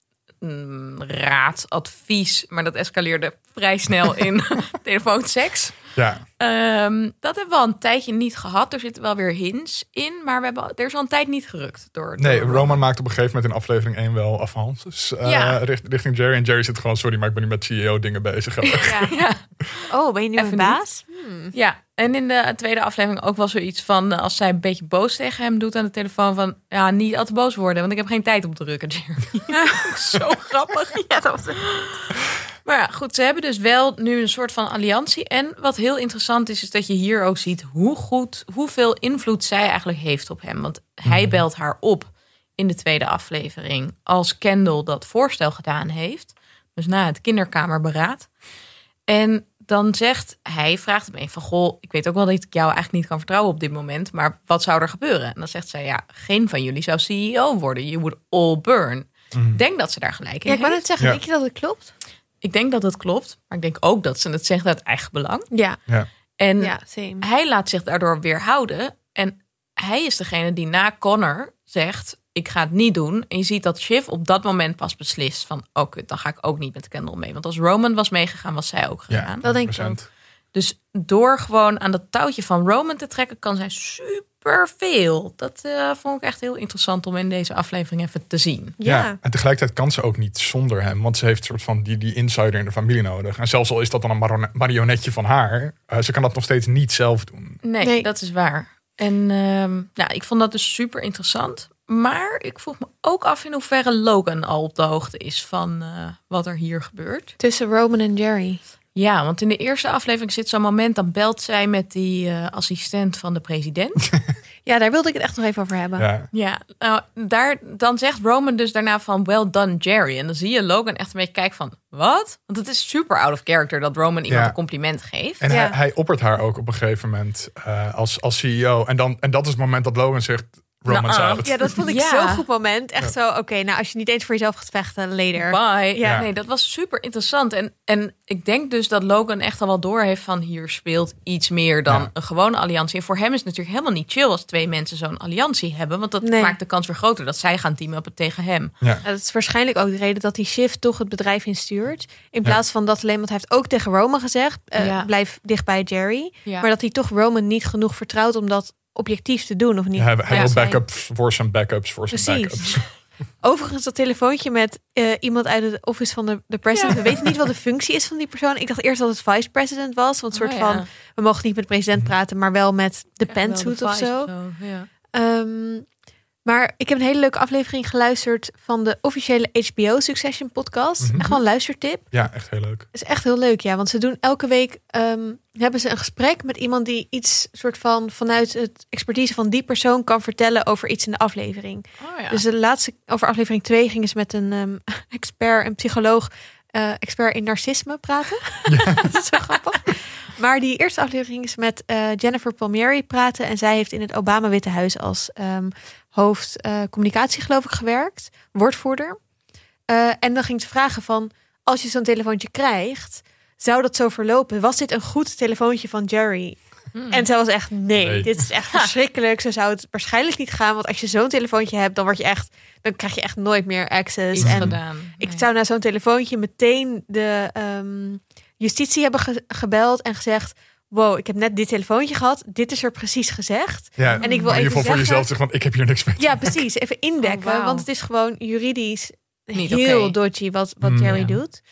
B: raad, advies. Maar dat escaleerde vrij snel in telefoonseks.
C: Ja.
B: Dat hebben we al een tijdje niet gehad. Er zitten wel weer hints in, maar er is al een tijd niet gerukt.
C: Nee,
B: door
C: Roman maakt op een gegeven moment in aflevering 1 wel avances
B: Ja.
C: richting Jerry. En Jerry zit gewoon, sorry, maar ik ben nu met CEO dingen bezig.
B: Ja.
A: Oh, ben je nu
B: Even
A: een baas?
B: Ja, en in de tweede aflevering ook wel zoiets van... als zij een beetje boos tegen hem doet aan de telefoon van... ja, niet al te boos worden, want ik heb geen tijd om te drukken, Jerry. Zo grappig.
A: Ja, dat was...
B: Maar ja, goed, ze hebben dus wel nu een soort van alliantie. En wat heel interessant is dat je hier ook ziet... hoeveel invloed zij eigenlijk heeft op hem. Want hij belt haar op in de tweede aflevering... als Kendall dat voorstel gedaan heeft. Dus na het kinderkamerberaad. En dan vraagt hem even van... goh, ik weet ook wel dat ik jou eigenlijk niet kan vertrouwen op dit moment... maar wat zou er gebeuren? En dan zegt zij, ja, geen van jullie zou CEO worden. You would all burn. Ik denk dat ze daar gelijk in
A: Ja, ik wou
B: heeft.
A: net zeggen,
C: Ja.
A: denk je dat het klopt?
B: Ik denk dat het klopt, maar ik denk ook dat ze het zegt uit eigen belang.
A: Ja,
C: Ja.
B: En
A: ja, same.
B: hij laat zich daardoor weerhouden. En hij is degene die na Connor zegt... ik ga het niet doen. En je ziet dat Shiv op dat moment pas beslist van... oh kut, dan ga ik ook niet met Kendall mee. Want als Roman was meegegaan, was zij ook gegaan.
A: Dat denk ik
C: 100%.
A: ook.
B: Dus door gewoon aan dat touwtje van Roman te trekken... kan zij superveel. Dat vond ik echt heel interessant om in deze aflevering even te zien.
A: Ja.
C: En tegelijkertijd kan ze ook niet zonder hem. Want ze heeft een soort van die insider in de familie nodig. En zelfs al is dat dan een marionetje van haar... ze kan dat nog steeds niet zelf doen.
B: Nee, dat is waar. En ik vond dat dus super interessant. Maar ik vroeg me ook af in hoeverre Logan al op de hoogte is van wat er hier gebeurt.
A: Tussen Roman en Jerry.
B: Ja, want in de eerste aflevering zit zo'n moment... dan belt zij met die assistent van de president.
A: Ja, daar wilde ik het echt nog even over hebben.
C: Ja.
B: Ja, nou, dan zegt Roman dus daarna van well done Jerry. En dan zie je Logan echt een beetje kijken van wat? Want het is super out of character dat Roman iemand een compliment geeft.
C: En
A: Ja.
C: hij oppert haar ook op een gegeven moment als CEO. En dat is het moment dat Logan zegt Roman's out.
A: Ja, dat vond ik zo'n goed moment. Echt zo, oké, nou als je niet eens voor jezelf gaat vechten, later.
B: Bye.
A: Ja.
B: Nee, dat was super interessant. En ik denk dus dat Logan echt al wel door heeft van hier speelt iets meer dan een gewone alliantie. En voor hem is het natuurlijk helemaal niet chill als twee mensen zo'n alliantie hebben. Want dat maakt de kans weer groter dat zij gaan teamen up tegen hem.
C: Ja.
A: Dat is waarschijnlijk ook de reden dat die Shiv toch het bedrijf instuurt. In plaats van dat alleen, want hij heeft ook tegen Roman gezegd, blijf dicht bij Jerry.
B: Ja.
A: Maar dat hij toch Roman niet genoeg vertrouwt om dat objectief te doen. Of niet?
C: Hij wil backups voor zijn backups.
A: Precies. Overigens, dat telefoontje met iemand uit het office van de president. We weten niet wat de functie is van die persoon. Ik dacht eerst dat het vice president was. Want soort van, we mogen niet met de president praten, maar wel met de pantsuit of zo.
B: Ja.
A: Maar ik heb een hele leuke aflevering geluisterd van de officiële HBO Succession podcast. Echt wel een luistertip.
C: Ja, echt heel leuk.
A: Is echt heel leuk, ja. Want ze doen elke week hebben ze een gesprek met iemand die iets soort van vanuit het expertise van die persoon kan vertellen over iets in de aflevering.
B: Oh, ja.
A: Dus de laatste, over aflevering 2 gingen ze met een expert, een psycholoog, expert in narcisme praten. Ja. Dat is zo grappig. Maar die eerste aflevering is met Jennifer Palmieri praten. En zij heeft in het Obama Witte Huis als hoofd communicatie, geloof ik, gewerkt. Woordvoerder. En dan ging ze vragen van, als je zo'n telefoontje krijgt, zou dat zo verlopen? Was dit een goed telefoontje van Jerry? En zij was echt, nee, dit is echt verschrikkelijk. Zo zou het waarschijnlijk niet gaan. Want als je zo'n telefoontje hebt, dan krijg je echt nooit meer access.
B: Iets
A: en
B: gedaan. Nee.
A: Ik zou na zo'n telefoontje meteen de justitie hebben gebeld en gezegd, wow, ik heb net dit telefoontje gehad. Dit is er precies gezegd.
C: Ja,
A: en ik wil
C: in ieder geval
A: even
C: voor jezelf zeggen, want ik heb hier niks mee.
A: Ja, precies. Even indekken.
B: Oh, wow.
A: Want het is gewoon juridisch
B: Niet
A: heel
B: oké.
A: dodgy wat Jerry doet.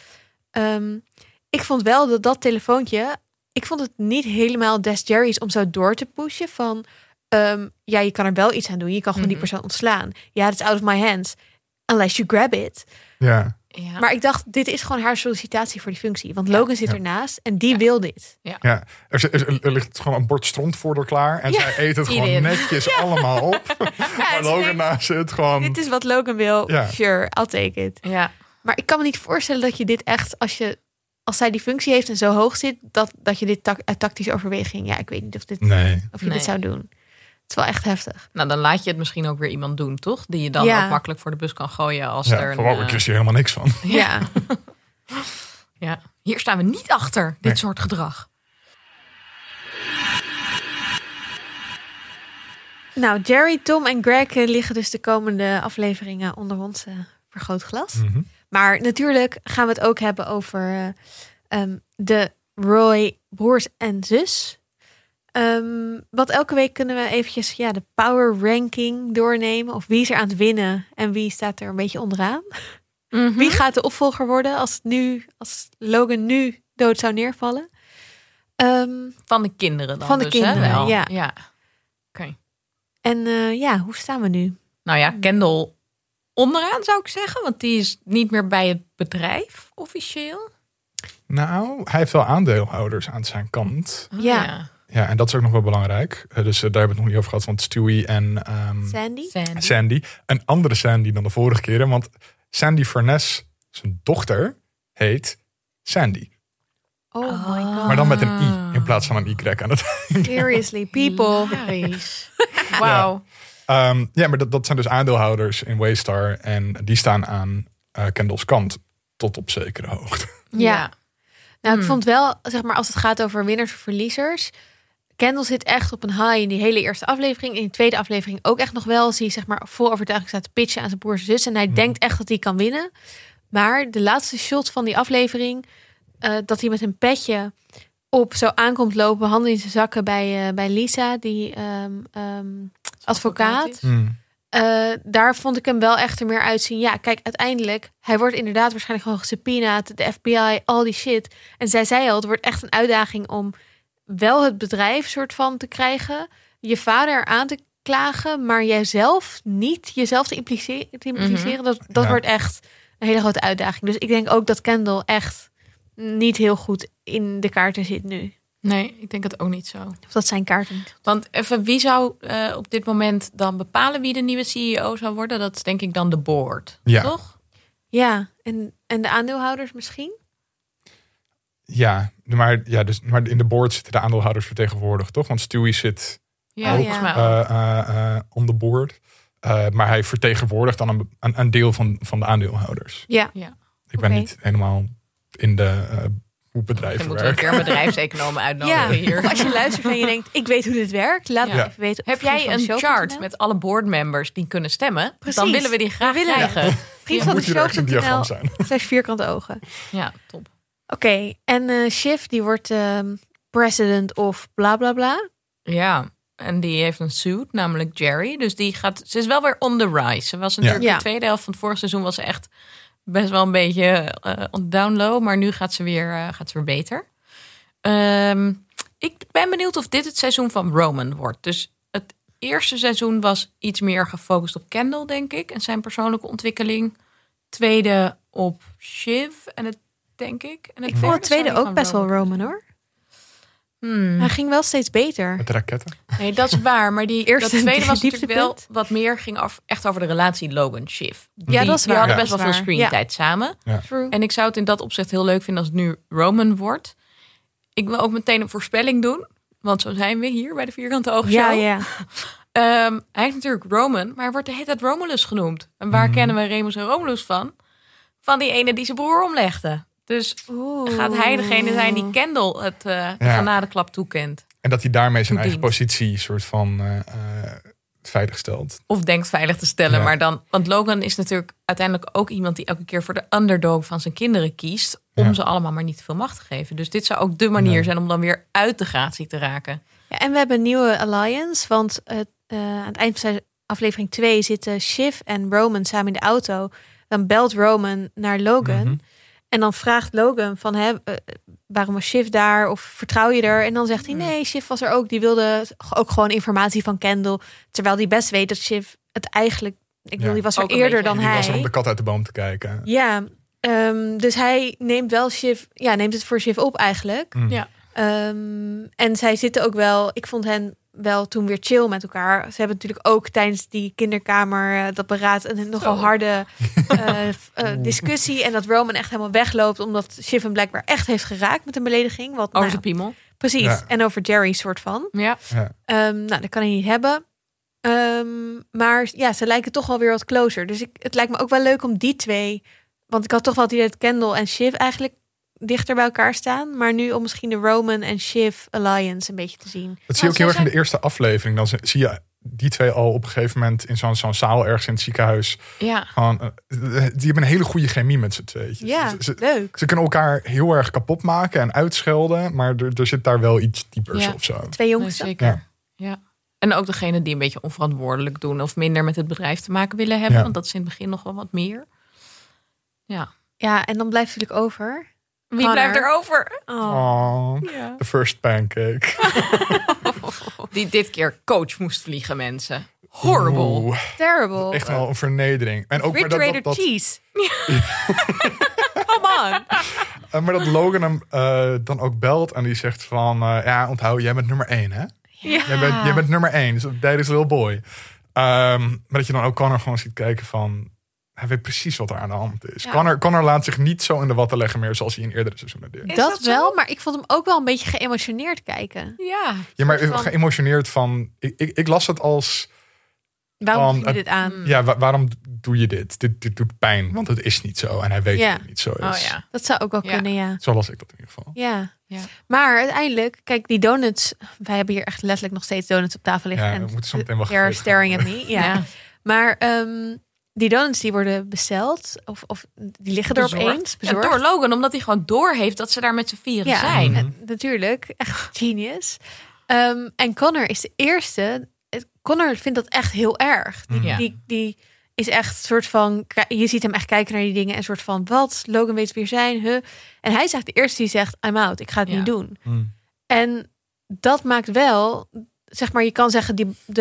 A: Ik vond wel dat telefoontje, ik vond het niet helemaal des Jerry's om zo door te pushen van, ja, je kan er wel iets aan doen. Je kan gewoon die persoon ontslaan. Ja, it's out of my hands. Unless you grab it.
C: Ja.
B: Ja.
A: Maar ik dacht, dit is gewoon haar sollicitatie voor die functie. Want Logan zit ernaast en die wil dit.
C: Ja. Er ligt gewoon een bord stront voor haar klaar. En zij eet het gewoon netjes allemaal op. Maar Logan naast zit gewoon.
A: Dit is wat Logan wil.
C: Ja.
A: Sure, I'll take it.
B: Ja.
A: Maar ik kan me niet voorstellen dat je dit echt, als zij die functie heeft en zo hoog zit, dat je dit uit tactische overweging. Ja, ik weet niet of je dit zou doen. Het is wel echt heftig.
B: Nou, dan laat je het misschien ook weer iemand doen, toch? Die je dan ook makkelijk voor de bus kan gooien als er
C: een... Ik wist hier helemaal niks van.
A: Ja.
B: Ja. Hier staan we niet achter, dit soort gedrag.
A: Nou, Jerry, Tom en Greg liggen dus de komende afleveringen onder ons vergrootglas.
C: Mm-hmm.
A: Maar natuurlijk gaan we het ook hebben over de Roy broers en zus. Want elke week kunnen we eventjes de power ranking doornemen. Of wie is er aan het winnen en wie staat er een beetje onderaan.
B: Mm-hmm.
A: Wie gaat de opvolger worden als Logan nu dood zou neervallen?
B: Van de kinderen dan
A: Van de
B: dus,
A: kinderen,
B: hè? Wel.
A: ja.
B: Oké.
A: En hoe staan we nu?
B: Nou ja, Kendall onderaan zou ik zeggen. Want die is niet meer bij het bedrijf officieel.
C: Nou, hij heeft wel aandeelhouders aan zijn kant.
B: Oh,
A: Ja.
C: Ja, en dat is ook nog wel belangrijk. Dus daar hebben we het nog niet over gehad. Want Stewie en
A: Sandy?
C: Een andere Sandy dan de vorige keren. Want Sandy Furness, zijn dochter, heet Sandy.
A: Oh my god.
C: Maar dan met een I in plaats van een Y aan het einde.
A: Seriously, people.
B: Wauw.
C: Maar dat zijn dus aandeelhouders in Waystar. En die staan aan Kendall's kant. Tot op zekere hoogte.
A: Ja. Nou, ik vond wel, zeg maar, als het gaat over winnaars of verliezers. Kendall zit echt op een high in die hele eerste aflevering. In de tweede aflevering ook echt nog wel. Als hij, zeg maar, vol overtuiging staat te pitchen aan zijn broers en zus. En hij denkt echt dat hij kan winnen. Maar de laatste shot van die aflevering, dat hij met een petje op zo aankomt lopen, handen in zijn zakken bij Lisa, die advocaat. Daar vond ik hem wel echt er meer uitzien. Ja, kijk, uiteindelijk, hij wordt inderdaad waarschijnlijk gewoon gesubpoenaed, de FBI, al die shit. En zij zei al, het wordt echt een uitdaging om wel het bedrijf soort van te krijgen, je vader aan te klagen, maar jijzelf niet, jezelf te impliceren. Dat wordt echt een hele grote uitdaging. Dus ik denk ook dat Kendall echt niet heel goed in de kaarten zit nu.
B: Nee, ik denk het ook niet zo.
A: Of dat zijn kaarten niet.
B: Want even, wie zou op dit moment dan bepalen wie de nieuwe CEO zou worden? Dat is denk ik dan de board,
C: Ja.
B: toch?
A: Ja, en de aandeelhouders misschien?
C: Ja, maar in de board zitten de aandeelhouders vertegenwoordigd, toch? Want Stewie zit
B: Ja,
A: Oh,
B: volgens
A: ja.
B: mij ook.
C: on the board. Maar hij vertegenwoordigt dan een deel van de aandeelhouders.
A: Ja.
C: Ik ben
A: Oké.
C: niet helemaal in de hoe
B: Dan
C: bedrijven
B: moeten we een
C: werken.
B: keer een bedrijfseconoom uitnodigen
A: Ja,
B: hier.
A: of als je luistert en je denkt, ik weet hoe dit werkt. Laat
B: Ja.
A: me even weten. op
B: Heb jij een
A: vriendvandeshow.nl.
B: chart met alle boardmembers die kunnen stemmen?
A: Precies.
B: Dan willen we die graag
A: We willen dat.
B: krijgen.
A: Vriend
C: Dan
A: van
C: moet
A: de
C: je er echt een diagram
A: show.nl
C: zijn.
A: / vierkante ogen.
B: Ja, top.
A: Oké, en Shiv die wordt president of bla bla bla.
B: Ja, en die heeft een suit, namelijk Jerry. Dus ze is wel weer on the rise. Ze was natuurlijk
A: Ja.
B: de tweede helft van het vorige seizoen was ze echt best wel een beetje down low. Maar nu gaat ze weer beter. Ik ben benieuwd of dit het seizoen van Roman wordt. Dus het eerste seizoen was iets meer gefocust op Kendall, denk ik. En zijn persoonlijke ontwikkeling. Tweede op Shiv. En het, denk ik. En
A: Ik vond het tweede ook best wel Roman hoor. Hij ging wel steeds beter.
C: Met raketten.
B: Nee, dat is waar. Maar dat
A: Eerste
B: tweede was natuurlijk wel
A: dieptepunt.
B: wat meer. Ging echt over de relatie Logan-Shiv.
A: Ja, dat is
B: Die
A: waar.
B: hadden
A: Ja,
B: best wel
A: dat
B: veel
A: is waar.
B: screentijd samen.
A: True.
B: En ik zou het in dat opzicht heel leuk vinden als het nu Roman wordt. Ik wil ook meteen een voorspelling doen. Want zo zijn we hier bij de Vierkante Ogen
A: Ja,
B: Show.
A: ja.
B: Hij is natuurlijk Roman, maar hij wordt de hele tijd Romulus genoemd. En waar kennen we Remus en Romulus van? Van die ene die zijn broer omlegde. Dus gaat hij degene zijn die Kendall het genadeklap toekent?
C: En dat hij daarmee zijn
B: Toedient.
C: eigen positie soort van veilig stelt.
B: Of denkt veilig te stellen.
C: Ja.
B: Maar dan, want Logan is natuurlijk uiteindelijk ook iemand die elke keer voor de underdog van zijn kinderen kiest. Om
C: Ja.
B: ze allemaal maar niet te veel macht te geven. Dus dit zou ook de manier zijn om dan weer uit de gratie te raken.
A: Ja, en we hebben een nieuwe alliance. Want aan het eind van aflevering 2 zitten Shiv en Roman samen in de auto. Dan belt Roman naar Logan.
C: Mhm.
A: En dan vraagt Logan van waarom was Shiv daar? Of vertrouw je er? En dan zegt hij nee, Shiv was er ook. Die wilde ook gewoon informatie van Kendall. Terwijl hij best weet dat Shiv het eigenlijk... die was er
B: ook een
A: eerder
B: beetje.
A: dan
C: Die was er om
A: hij.
C: de kat uit de boom te kijken.
A: Ja, dus hij neemt wel Shiv... Ja, neemt het voor Shiv op eigenlijk.
C: Mm.
B: Ja.
A: En zij zitten ook wel... Ik vond hen wel toen weer chill met elkaar. Ze hebben natuurlijk ook tijdens die kinderkamer dat beraad een nogal harde discussie. En dat Roman echt helemaal wegloopt omdat Shiv hem blijkbaar echt heeft geraakt met een belediging. Wat,
B: Over
A: nou,
B: zijn piemel.
A: precies.
C: Ja.
A: En over Jerry soort van.
B: Ja.
A: Nou, dat kan hij niet hebben. Maar ja, ze lijken toch wel weer wat closer. Dus het lijkt me ook wel leuk om die twee... Want ik had toch wel het idee dat Kendall en Shiv eigenlijk dichter bij elkaar staan. Maar nu om misschien de Roman en Shiv alliance een beetje te zien.
C: Dat zie je ook heel erg in de eerste aflevering. Dan zie je die twee al op een gegeven moment in zo'n zaal ergens in het ziekenhuis.
B: Ja.
C: Gewoon, die hebben een hele goede chemie met z'n tweetjes.
A: Ja,
C: Ze
A: leuk.
C: kunnen elkaar heel erg kapot maken en uitschelden. Maar er zit daar wel iets diepers
B: Ja.
C: of zo.
A: Twee
B: Nee,
A: jongsten.
B: zeker. Ja. En ook degene die een beetje onverantwoordelijk doen of minder met het bedrijf te maken willen hebben.
C: Ja.
B: Want dat is in het begin nog wel wat meer. Ja.
A: Ja, en dan blijft natuurlijk over.
B: Wie
A: Connor.
B: blijft er over?
A: Oh.
C: Oh,
B: Ja.
C: the first pancake.
B: Die dit keer coach moest vliegen, mensen. Horrible.
C: Oeh,
A: Terrible.
C: echt wel een vernedering. En ook maar
A: Refrigerator cheese. Come on.
C: maar dat Logan hem dan ook belt en die zegt van... ja, onthoud, jij bent nummer 1, hè?
A: Ja.
C: Jij bent nummer 1, dus that is little boy. Maar dat je dan ook Connor gewoon ziet kijken van... Hij weet precies wat er aan de hand is.
B: Ja.
C: Connor laat zich niet zo in de watten leggen meer... zoals hij in eerdere seizoenen deed.
B: Is
A: Dat
B: dat zo?
A: wel, maar ik vond hem ook wel een beetje geëmotioneerd kijken.
B: Ja.
C: Ja, maar
A: soort van-
C: geëmotioneerd van... Ik las het als...
A: Waarom
C: Van,
A: doe je dit aan?
C: Ja, waarom doe je dit? Dit doet pijn, want het is niet zo. En hij weet
A: Ja.
C: dat het niet zo is.
B: Oh ja.
A: Dat zou ook wel
B: Ja.
A: kunnen, ja.
C: Zo las ik dat in ieder geval.
A: Ja.
B: Ja.
A: Maar uiteindelijk, kijk, die donuts... Wij hebben hier echt letterlijk nog steeds donuts op tafel liggen.
C: Ja,
A: en
C: we moeten zo meteen wel
A: they're
C: gegeten
A: staring at
C: worden.
A: me. Ja.
B: Ja.
A: Maar die donuts die worden besteld. Of die liggen er
B: Bezorgd.
A: opeens.
B: Ja,
A: Bezorgd.
B: door Logan, omdat hij gewoon doorheeft dat ze daar met z'n vieren
A: Ja,
B: zijn.
A: natuurlijk. Echt genius. En Connor is de eerste. Connor vindt dat echt heel erg.
B: Ja.
A: Die is echt een soort van... Je ziet hem echt kijken naar die dingen. En een soort van, wat? Logan weet wie er zijn. Huh? En hij is echt de eerste die zegt, I'm out. Ik ga het
B: Ja.
A: niet doen.
C: Mm.
A: En dat maakt wel... Zeg maar, je kan zeggen...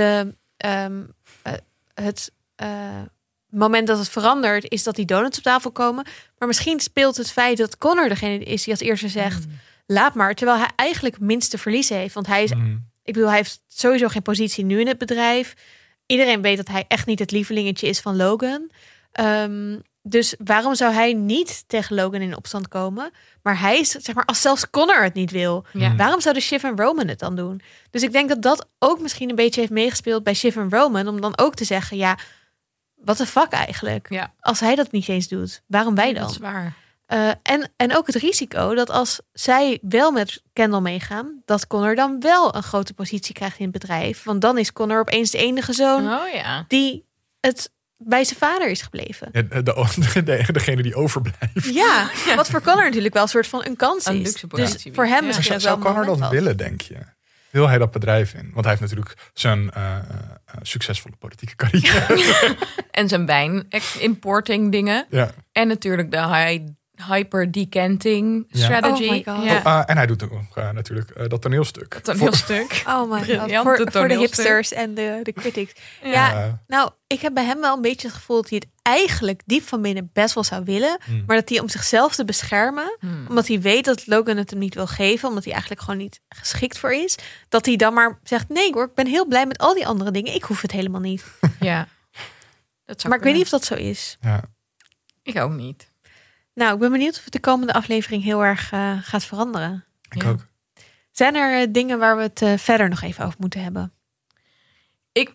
A: Het moment dat het verandert... is dat die donuts op tafel komen. Maar misschien speelt het feit dat Connor degene is die als eerste zegt... laat maar. Terwijl hij eigenlijk minst te verliezen heeft. Want hij is, ik bedoel, hij heeft sowieso geen positie nu in het bedrijf. Iedereen weet dat hij echt niet het lievelingetje is van Logan. Dus waarom zou hij niet tegen Logan in opstand komen? Maar hij is, zeg maar, als zelfs Connor het niet wil.
B: Ja.
A: Waarom zouden Shiv en Roman het dan doen? Dus ik denk dat dat ook misschien een beetje heeft meegespeeld bij Shiv en Roman. Om dan ook te zeggen, ja, what the fuck eigenlijk?
B: Ja.
A: Als hij dat niet eens doet, waarom wij dan?
B: Dat is waar.
A: En ook het risico dat als zij wel met Kendall meegaan, dat Connor dan wel een grote positie krijgt in het bedrijf. Want dan is Connor opeens de enige zoon
B: Oh ja.
A: die het bij zijn vader is gebleven.
C: Degene die overblijft.
A: Ja, wat voor Connor natuurlijk wel een soort van een kans
B: Een
A: is.
B: luxe positie
A: Dus voor hem
B: weer.
A: misschien ook wel
C: Zou
A: een
C: Connor
A: moment
C: dat
A: was.
C: willen, denk je? Wil hij dat bedrijf in? Want hij heeft natuurlijk zijn succesvolle politieke carrière.
B: En zijn wijn-importing dingen.
C: Ja.
B: En natuurlijk de hyper-decanting
C: Ja.
B: strategy.
A: Oh my God.
B: Ja.
C: En hij doet ook natuurlijk dat toneelstuk.
B: Dat toneelstuk.
A: Oh my god,
B: Briljante
A: voor de
B: toneelstuk.
A: hipsters en de critics. Ja, nou, ik heb bij hem wel een beetje het gevoel dat hij het eigenlijk diep van binnen best wel zou willen. Maar dat hij om zichzelf te beschermen, omdat hij weet dat Logan het hem niet wil geven, omdat hij eigenlijk gewoon niet geschikt voor is, dat hij dan maar zegt, nee hoor, ik ben heel blij met al die andere dingen. Ik hoef het helemaal niet.
B: Ja. Dat zou
A: Maar ik weet
B: kunnen.
A: niet of dat zo is.
C: Ja.
B: Ik ook niet.
A: Nou, ik ben benieuwd of het de komende aflevering heel erg gaat veranderen.
C: Ik
B: Ja.
C: ook.
A: Zijn er dingen waar we het verder nog even over moeten hebben?
B: Ik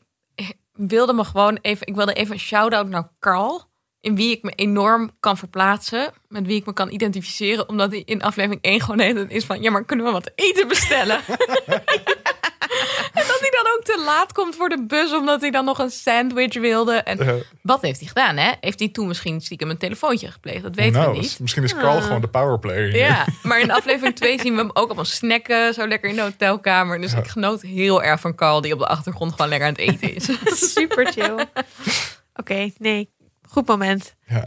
B: wilde even een shout-out naar Carl. In wie ik me enorm kan verplaatsen. Met wie ik me kan identificeren. Omdat hij in aflevering 1 gewoon de hele tijd is van... Ja, maar kunnen we wat eten bestellen? En dat hij dan ook te laat komt voor de bus. Omdat hij dan nog een sandwich wilde. En wat heeft hij gedaan, hè? Heeft hij toen misschien stiekem een telefoontje gepleegd? Dat weten we niet.
C: Misschien is Carl gewoon de powerplayer hier.
B: Ja, maar in aflevering 2 zien we hem ook allemaal snacken. Zo lekker in de hotelkamer. Dus ik genoot heel erg van Carl. Die op de achtergrond gewoon lekker aan het eten is.
A: Super chill. Oké, nee. Goed moment.
C: Ja.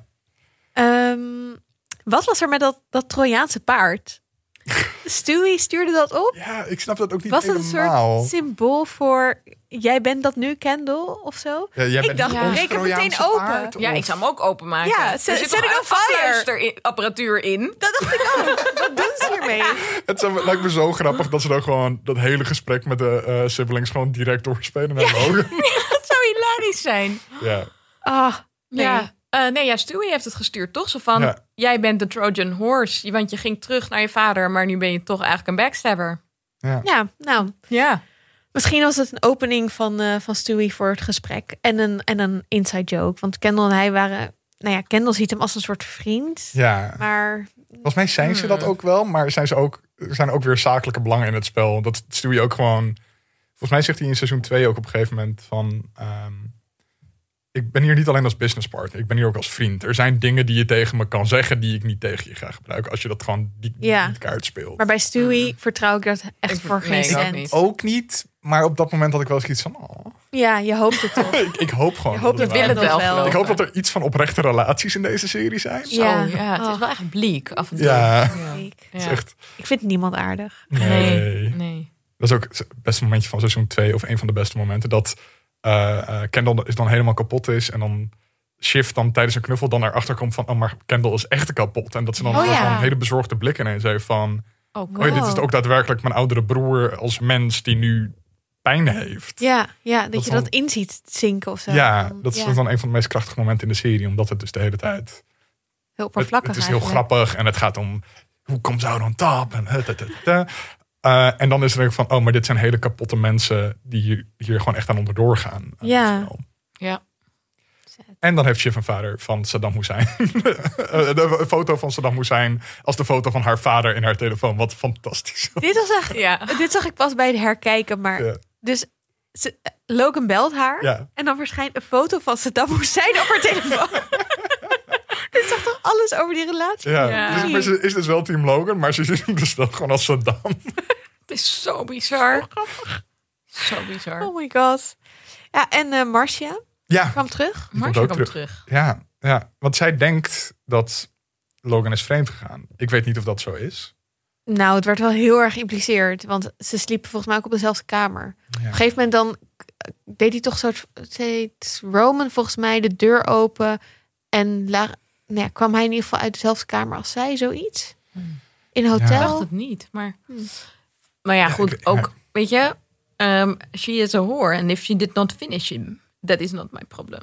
A: Wat was er met dat Trojaanse paard? Stewie stuurde dat op?
C: Ja, ik snap dat ook niet
A: Was het een
C: helemaal.
A: soort symbool voor... Jij bent dat nu, Kendall, of zo?
C: Ja, jij
A: Ik
C: bent
A: dacht,
C: niet
B: ja.
C: ons
A: reken het
C: Trojaanse
A: meteen open.
C: paard,
B: Ja,
C: of-
B: ik zou hem ook openmaken.
A: Ja,
B: er
A: set
B: zit
A: it
B: toch
A: on
B: een
A: fire.
B: afluisterapparatuur in.
A: Dat dacht ik ook. Wat doen ze hiermee?
C: Het lijkt me zo grappig dat ze dan gewoon dat hele gesprek met de siblings gewoon direct doorspelen naar Logan.
B: Dat zou hilarisch zijn.
C: Ja.
A: Ah, nee.
B: Ja, Stewie heeft het gestuurd, toch? Zo van,
C: Ja.
B: jij bent de Trojan Horse. Want je ging terug naar je vader, maar nu ben je toch eigenlijk een backstabber.
A: Ja, nou...
B: Ja.
A: Misschien was het een opening van Stewie voor het gesprek. En een inside joke. Want Kendall en hij waren... Nou ja, Kendall ziet hem als een soort vriend.
C: Ja.
A: Maar
C: Volgens mij zijn ze dat ook wel, maar er zijn ook weer zakelijke belangen in het spel. Dat Stewie ook gewoon... Volgens mij zegt hij in seizoen 2 ook op een gegeven moment van... ik ben hier niet alleen als business partner, ik ben hier ook als vriend. Er zijn dingen die je tegen me kan zeggen die ik niet tegen je ga gebruiken. Als je dat gewoon die kaart speelt.
A: Maar bij Stewie vertrouw ik dat echt voor geen
B: ik ook
A: cent.
B: niet.
C: Ook niet, maar op dat moment had ik wel eens iets van... Oh,
A: Ja, je hoopt het toch.
C: ik hoop gewoon.
A: Je hoopt
C: dat
A: dat
C: het
B: wil
C: waar
B: het
C: is.
B: wel geloven.
C: Ik hoop dat er iets van oprechte relaties in deze serie zijn.
B: Zo,
A: Ja.
B: ja. Het is
A: Oh.
B: wel echt bleek af en toe.
C: Ja.
A: Ik
C: Het is echt...
A: vind niemand aardig.
B: Nee.
C: Dat is ook het beste momentje van seizoen 2, of een van de beste momenten, dat Kendall is dan helemaal kapot is en dan Shiv dan tijdens een knuffel dan erachter komt van, oh, maar Kendall is echt kapot. En dat ze dan
A: Oh, ja.
C: gewoon een hele bezorgde blik ineens heeft van,
B: Oh,
C: oh, dit is ook daadwerkelijk mijn oudere broer als mens die nu pijn heeft.
A: Ja, dat je
C: dan-
A: dat in ziet zinken of zo.
C: Ja, dat is
A: Ja.
C: dan een van de meest krachtige momenten in de serie, omdat het dus de hele tijd...
A: Heel oppervlakkig
C: Het is heel
A: eigenlijk.
C: grappig en het gaat om hoe komt ze on top en dan is er ook van, oh, maar dit zijn hele kapotte mensen die hier gewoon echt aan onderdoor gaan.
A: Ja.
B: Ja.
C: En dan heeft Shiv een vader van Saddam Hussein. De foto van Saddam Hussein als de foto van haar vader in haar telefoon. Wat fantastisch.
A: Dit was echt...
B: Ja.
A: Dit zag ik pas bij het herkijken, maar...
C: Ja.
A: Dus Logan belt haar.
C: Ja.
A: En dan verschijnt een foto van Saddam Hussein op haar telefoon. Dit zag toch alles over die relatie?
C: Ja.
B: Ja.
C: Dus, maar ze is dus wel team Logan, maar ze ziet hem dus wel gewoon als Saddam.
B: Het is zo bizar. Zo bizar.
A: Oh my god. Ja, en Marcia
C: Ja,
A: kwam terug.
C: die
B: Marcia
C: komt ook
B: komt
C: terug.
B: terug.
C: Ja, want zij denkt dat Logan is vreemd gegaan. Ik weet niet of dat zo is.
A: Nou, het werd wel heel erg geïmpliceerd. Want ze sliepen volgens mij ook op dezelfde kamer. Op een gegeven moment dan deed hij toch deed Roman volgens mij de deur open. En kwam hij in ieder geval uit dezelfde kamer als zij, zoiets. In een
C: Ja.
B: Ik
A: hotel.
B: dacht het niet, maar... Maar ja, goed, ook, weet je... she is a whore and if she did not finish him, that is not my problem.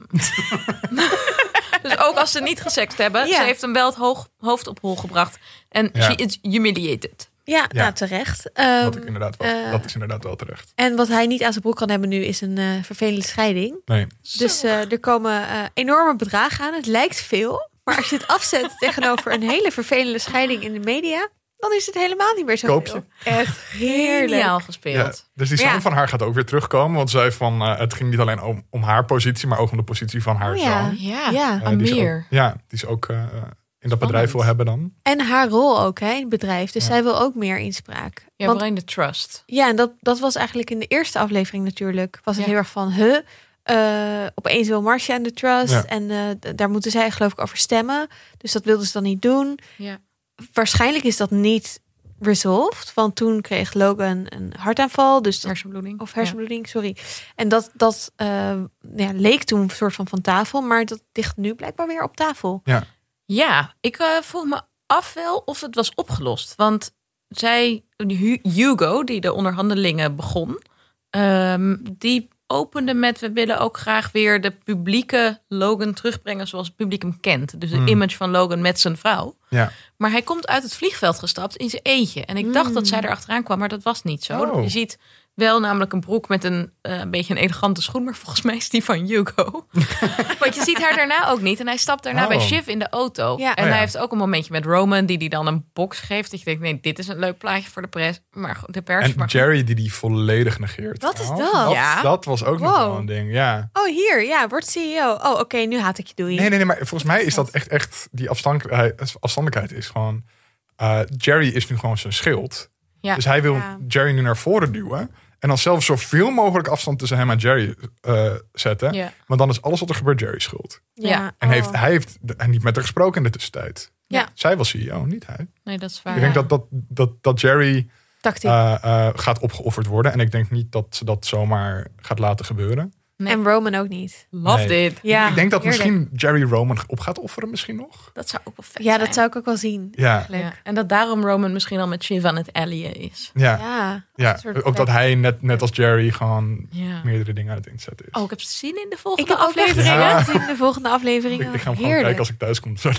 B: Dus ook als ze niet gesext hebben,
A: Ja.
B: ze heeft hem wel het hoofd op hol gebracht. En she is humiliated.
A: Ja,
C: Ja.
A: nou terecht.
C: Dat is inderdaad wel terecht.
A: En wat hij niet aan zijn broek kan hebben nu is een vervelende scheiding.
C: Nee.
A: Dus er komen enorme bedragen aan. Het lijkt veel. Maar als je het afzet tegenover een hele vervelende scheiding in de media, dan is het helemaal niet meer zo
C: Koop je.
A: veel. Echt heerlijk.
B: Geniaal
C: Ja,
B: gespeeld.
C: dus die
A: Maar
C: zoon
A: ja.
C: van haar gaat ook weer terugkomen. Want zij van, het ging niet alleen om haar positie, maar ook om de positie van haar
A: Oh ja.
C: zoon.
B: Ja,
A: Ja.
C: Die
B: Amir.
C: is ook in dat bedrijf wil hebben dan.
A: En haar rol ook hè, in het bedrijf. Dus
C: Ja.
A: zij wil ook meer inspraak.
B: Ja,
A: Want,
B: vooral in de trust.
A: ja, en dat was eigenlijk in de eerste aflevering natuurlijk. Was het
B: Ja.
A: heel erg van, opeens wil Marcia en de trust.
C: Ja.
A: En daar moeten zij geloof ik over stemmen. Dus dat wilden ze dan niet doen.
B: Ja.
A: Waarschijnlijk is dat niet resolved. Want toen kreeg Logan een hartaanval. Dus dat,
B: Hersenbloeding.
A: of hersenbloeding, sorry. En dat leek toen een soort van tafel. Maar dat ligt nu blijkbaar weer op tafel.
B: Ja, ik vroeg me af wel of het was opgelost. Want Hugo, die de onderhandelingen begon, die opende met: we willen ook graag weer de publieke Logan terugbrengen zoals het publiek hem kent. Dus de image van Logan met zijn vrouw.
C: Ja.
B: Maar hij komt uit het vliegveld gestapt in zijn eentje. En ik dacht dat zij erachteraan kwam, maar dat was niet zo.
C: Oh.
B: Je ziet wel namelijk een broek met een beetje een elegante schoen. Maar volgens mij is die van Hugo. Want je ziet haar daarna ook niet. En hij stapt daarna bij Shiv in de auto.
A: Ja.
B: En
C: Oh ja.
B: hij heeft ook een momentje met Roman die dan een box geeft. Dat je denkt, nee, dit is een leuk plaatje voor de pers. Maar goed, de pers.
C: En
B: maar
C: Jerry die volledig negeert.
A: Wat is
C: trouwens.
A: dat?
B: Ja.
C: Dat was ook nog
A: Wow.
C: wel een ding, ja.
A: Oh, hier. Ja, wordt CEO. Oh, oké, nu haat ik je. Doei.
C: Nee, maar volgens mij is dat echt die afstandelijkheid is gewoon... Jerry is nu gewoon zijn schild.
B: Ja.
C: Dus hij wil
A: Ja.
C: Jerry nu naar voren duwen. En dan zelfs zoveel mogelijk afstand tussen hem en Jerry zetten.
B: Ja.
C: Want dan is alles wat er gebeurt Jerry's schuld.
B: Ja.
C: En
A: oh.
C: hij heeft niet met haar gesproken in de tussentijd.
A: Ja.
C: Zij was CEO, niet hij.
B: Nee, dat is waar.
C: Ik denk dat Jerry
A: Tactiek.
C: gaat opgeofferd worden. En ik denk niet dat ze dat zomaar gaat laten gebeuren.
B: Nee.
A: En Roman ook niet.
B: Love
C: Nee.
B: dit.
A: Ja,
C: Ik denk dat
A: heerlijk.
C: misschien Jerry Roman op gaat offeren misschien nog.
B: Dat zou ook wel vet
A: Ja,
B: zijn.
A: dat zou ik ook wel zien.
C: Ja,
B: Ja. En dat daarom Roman misschien al met Shiv aan het allieën is.
C: ja.
A: Ja. een soort
C: Ook dat hij net als Jerry gewoon
B: Ja.
C: meerdere dingen aan het inzetten is.
B: Oh, ik heb zin in de
A: Ik
B: volgende
A: heb ook
B: aflevering.
C: Ja.
A: gezien de volgende afleveringen.
C: Ik ga hem gewoon
A: Heerlijk.
C: kijken als ik thuis kom. Zo.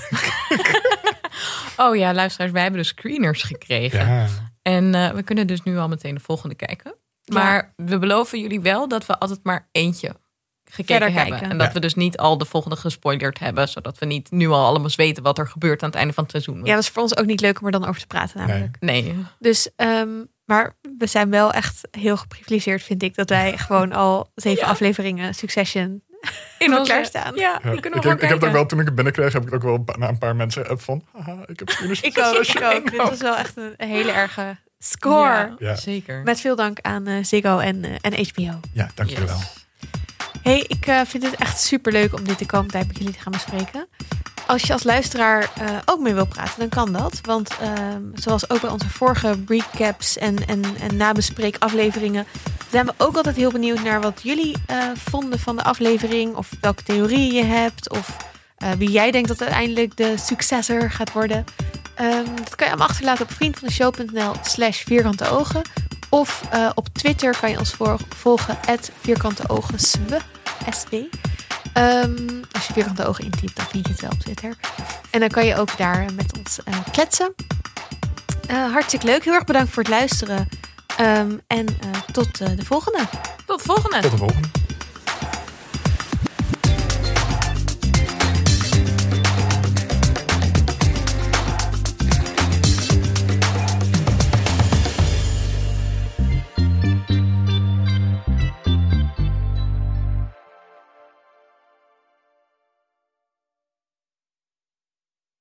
B: Oh ja, luisteraars, wij hebben de screeners gekregen.
C: Ja.
B: En we kunnen dus nu al meteen de volgende kijken. Maar we beloven jullie wel dat we altijd maar eentje gekeken
A: Verder
B: hebben.
A: kijken.
B: En dat
C: Ja.
B: we dus niet al de volgende gespoilerd hebben. Zodat we niet nu al allemaal weten wat er gebeurt aan het einde van het seizoen.
A: Ja, dat is voor ons ook niet leuk om er dan over te praten namelijk.
B: Nee.
A: Dus, maar we zijn wel echt heel geprivilegeerd, vind ik. Dat wij gewoon al 7 afleveringen Succession
B: In
A: ons klaarstaan.
B: Ja,
C: Ja.
B: die kunnen
C: Ik
B: we
C: heb
B: gewoon
C: het ook
B: kijken.
C: wel, toen ik het binnenkreeg, heb ik het ook wel naar een paar mensen app van. Haha, ik heb screeners.
A: Ik ook. Dit was wel echt een hele erge score.
B: Ja,
C: Ja.
B: zeker.
A: Met veel dank aan Ziggo en HBO.
C: Ja, dank jullie wel.
A: Hey, ik vind het echt super leuk om dit de komende tijd met jullie te gaan bespreken. Als je als luisteraar ook mee wil praten, dan kan dat. Want zoals ook bij onze vorige recaps en nabespreekafleveringen, zijn we ook altijd heel benieuwd naar wat jullie vonden van de aflevering. Of welke theorieën je hebt. Of wie jij denkt dat uiteindelijk de successor gaat worden. Dat kan je allemaal achterlaten op vriendvandeshow.nl/vierkanteogen. Of op Twitter kan je ons volgen @vierkanteogensw. Als je vierkante ogen intypt, dan vind je het wel op Twitter. En dan kan je ook daar met ons kletsen. Hartstikke leuk. Heel erg bedankt voor het luisteren. En tot de volgende.
B: Tot de volgende.
C: Tot de volgende.